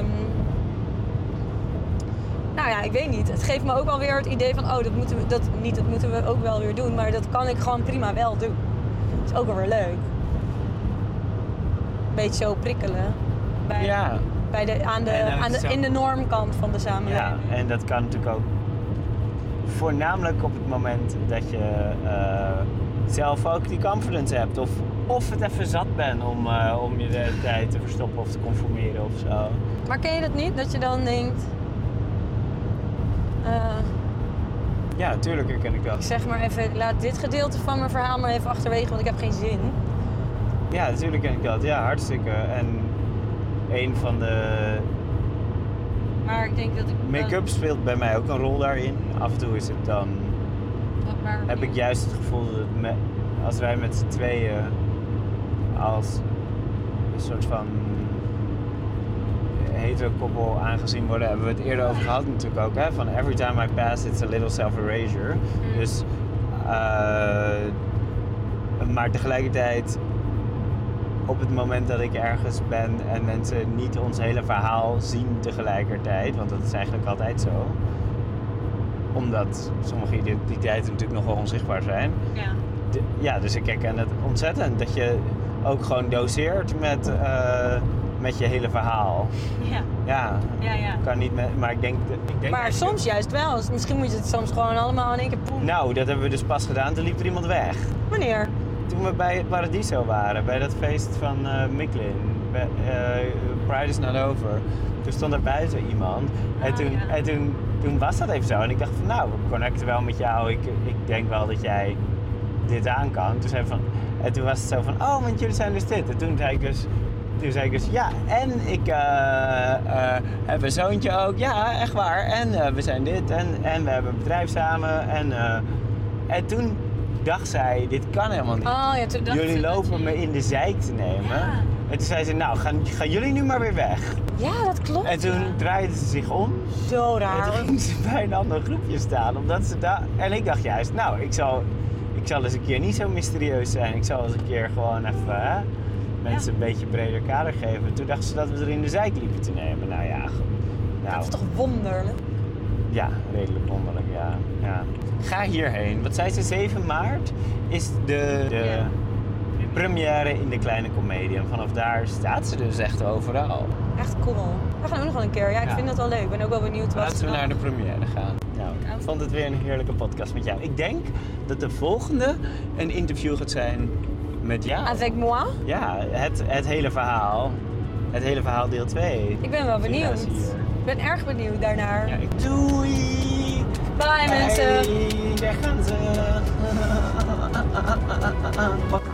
nou ja, ik weet niet. Het geeft me ook wel weer het idee van... dat moeten we ook wel weer doen. Maar dat kan ik gewoon prima wel doen. Dat is ook wel weer leuk. Beetje zo prikkelen. In de normkant van de samenleving. Ja, en dat kan natuurlijk ook voornamelijk op het moment dat je zelf ook die confidence hebt. Of het even zat bent om je de hele tijd te verstoppen of te conformeren of zo. Maar ken je dat niet? Dat je dan denkt... ja, natuurlijk herken ik dat. Ik zeg maar even, laat dit gedeelte van mijn verhaal maar even achterwege, want ik heb geen zin. Ja, natuurlijk ken ik dat. Ja, hartstikke. En een van de... Maar ik denk dat ik... Make-up speelt bij mij ook een rol daarin. Af en toe is het dan... heb ik juist het gevoel dat als wij met z'n tweeën als een soort van hetero-koppel aangezien worden, hebben we het eerder over gehad natuurlijk ook, hè? Van every time I pass it's a little self-erasure. Dus, maar tegelijkertijd op het moment dat ik ergens ben en mensen niet ons hele verhaal zien tegelijkertijd, want dat is eigenlijk altijd zo, omdat sommige identiteiten natuurlijk nog wel onzichtbaar zijn. Ja. Dus ik herken het ontzettend dat je ook gewoon doseert met je hele verhaal. Ja. Kan niet met, maar ik denk maar soms juist wel. Misschien moet je het soms gewoon allemaal in één keer poen. Nou, dat hebben we dus pas gedaan. Toen liep er iemand weg. Wanneer? Toen we bij het Paradiso waren, bij dat feest van Miklin. Pride is not over. Toen stond er buiten iemand. En toen was dat even zo. En ik dacht van, nou, we connecten wel met jou. Ik denk wel dat jij dit aan kan. En toen was het zo van, oh, want jullie zijn dus dit. En toen zei ik dus, ja, en ik heb een zoontje ook. Ja, echt waar. En we zijn dit. En we hebben een bedrijf samen. En toen dacht zij, dit kan helemaal niet. Oh, ja, toen dacht jullie lopen me in de zeik te nemen. Ja. En toen zei ze, nou, gaan jullie nu maar weer weg. Ja, dat klopt. En toen draaide ze zich om. Zo raar. En toen ging ze bij een ander groepje staan. Omdat ze en ik dacht juist, nou, ik zal eens een keer niet zo mysterieus zijn. Ik zal eens een keer gewoon even mensen een beetje breder kader geven. Toen dachten ze dat we er in de zeik liepen te nemen. Nou ja, dat is toch wonderlijk? Ja, redelijk wonderlijk, ja. Ga hierheen. Wat zei ze, 7 maart is de première in de Kleine Comedie. En vanaf daar staat ze dus echt overal. Echt cool. We gaan ook nog wel een keer. Ja, ik vind dat wel leuk. Ik ben ook wel benieuwd wat... Laten we naar de première gaan. Nou, ik vond het weer een heerlijke podcast met jou. Ik denk dat de volgende een interview gaat zijn met jou. Avec moi? Ja, het hele verhaal. Het hele verhaal deel 2. Ik ben wel benieuwd. Ik ben erg benieuwd daarnaar. Ja, doei! Bye mensen! Daar gaan ze!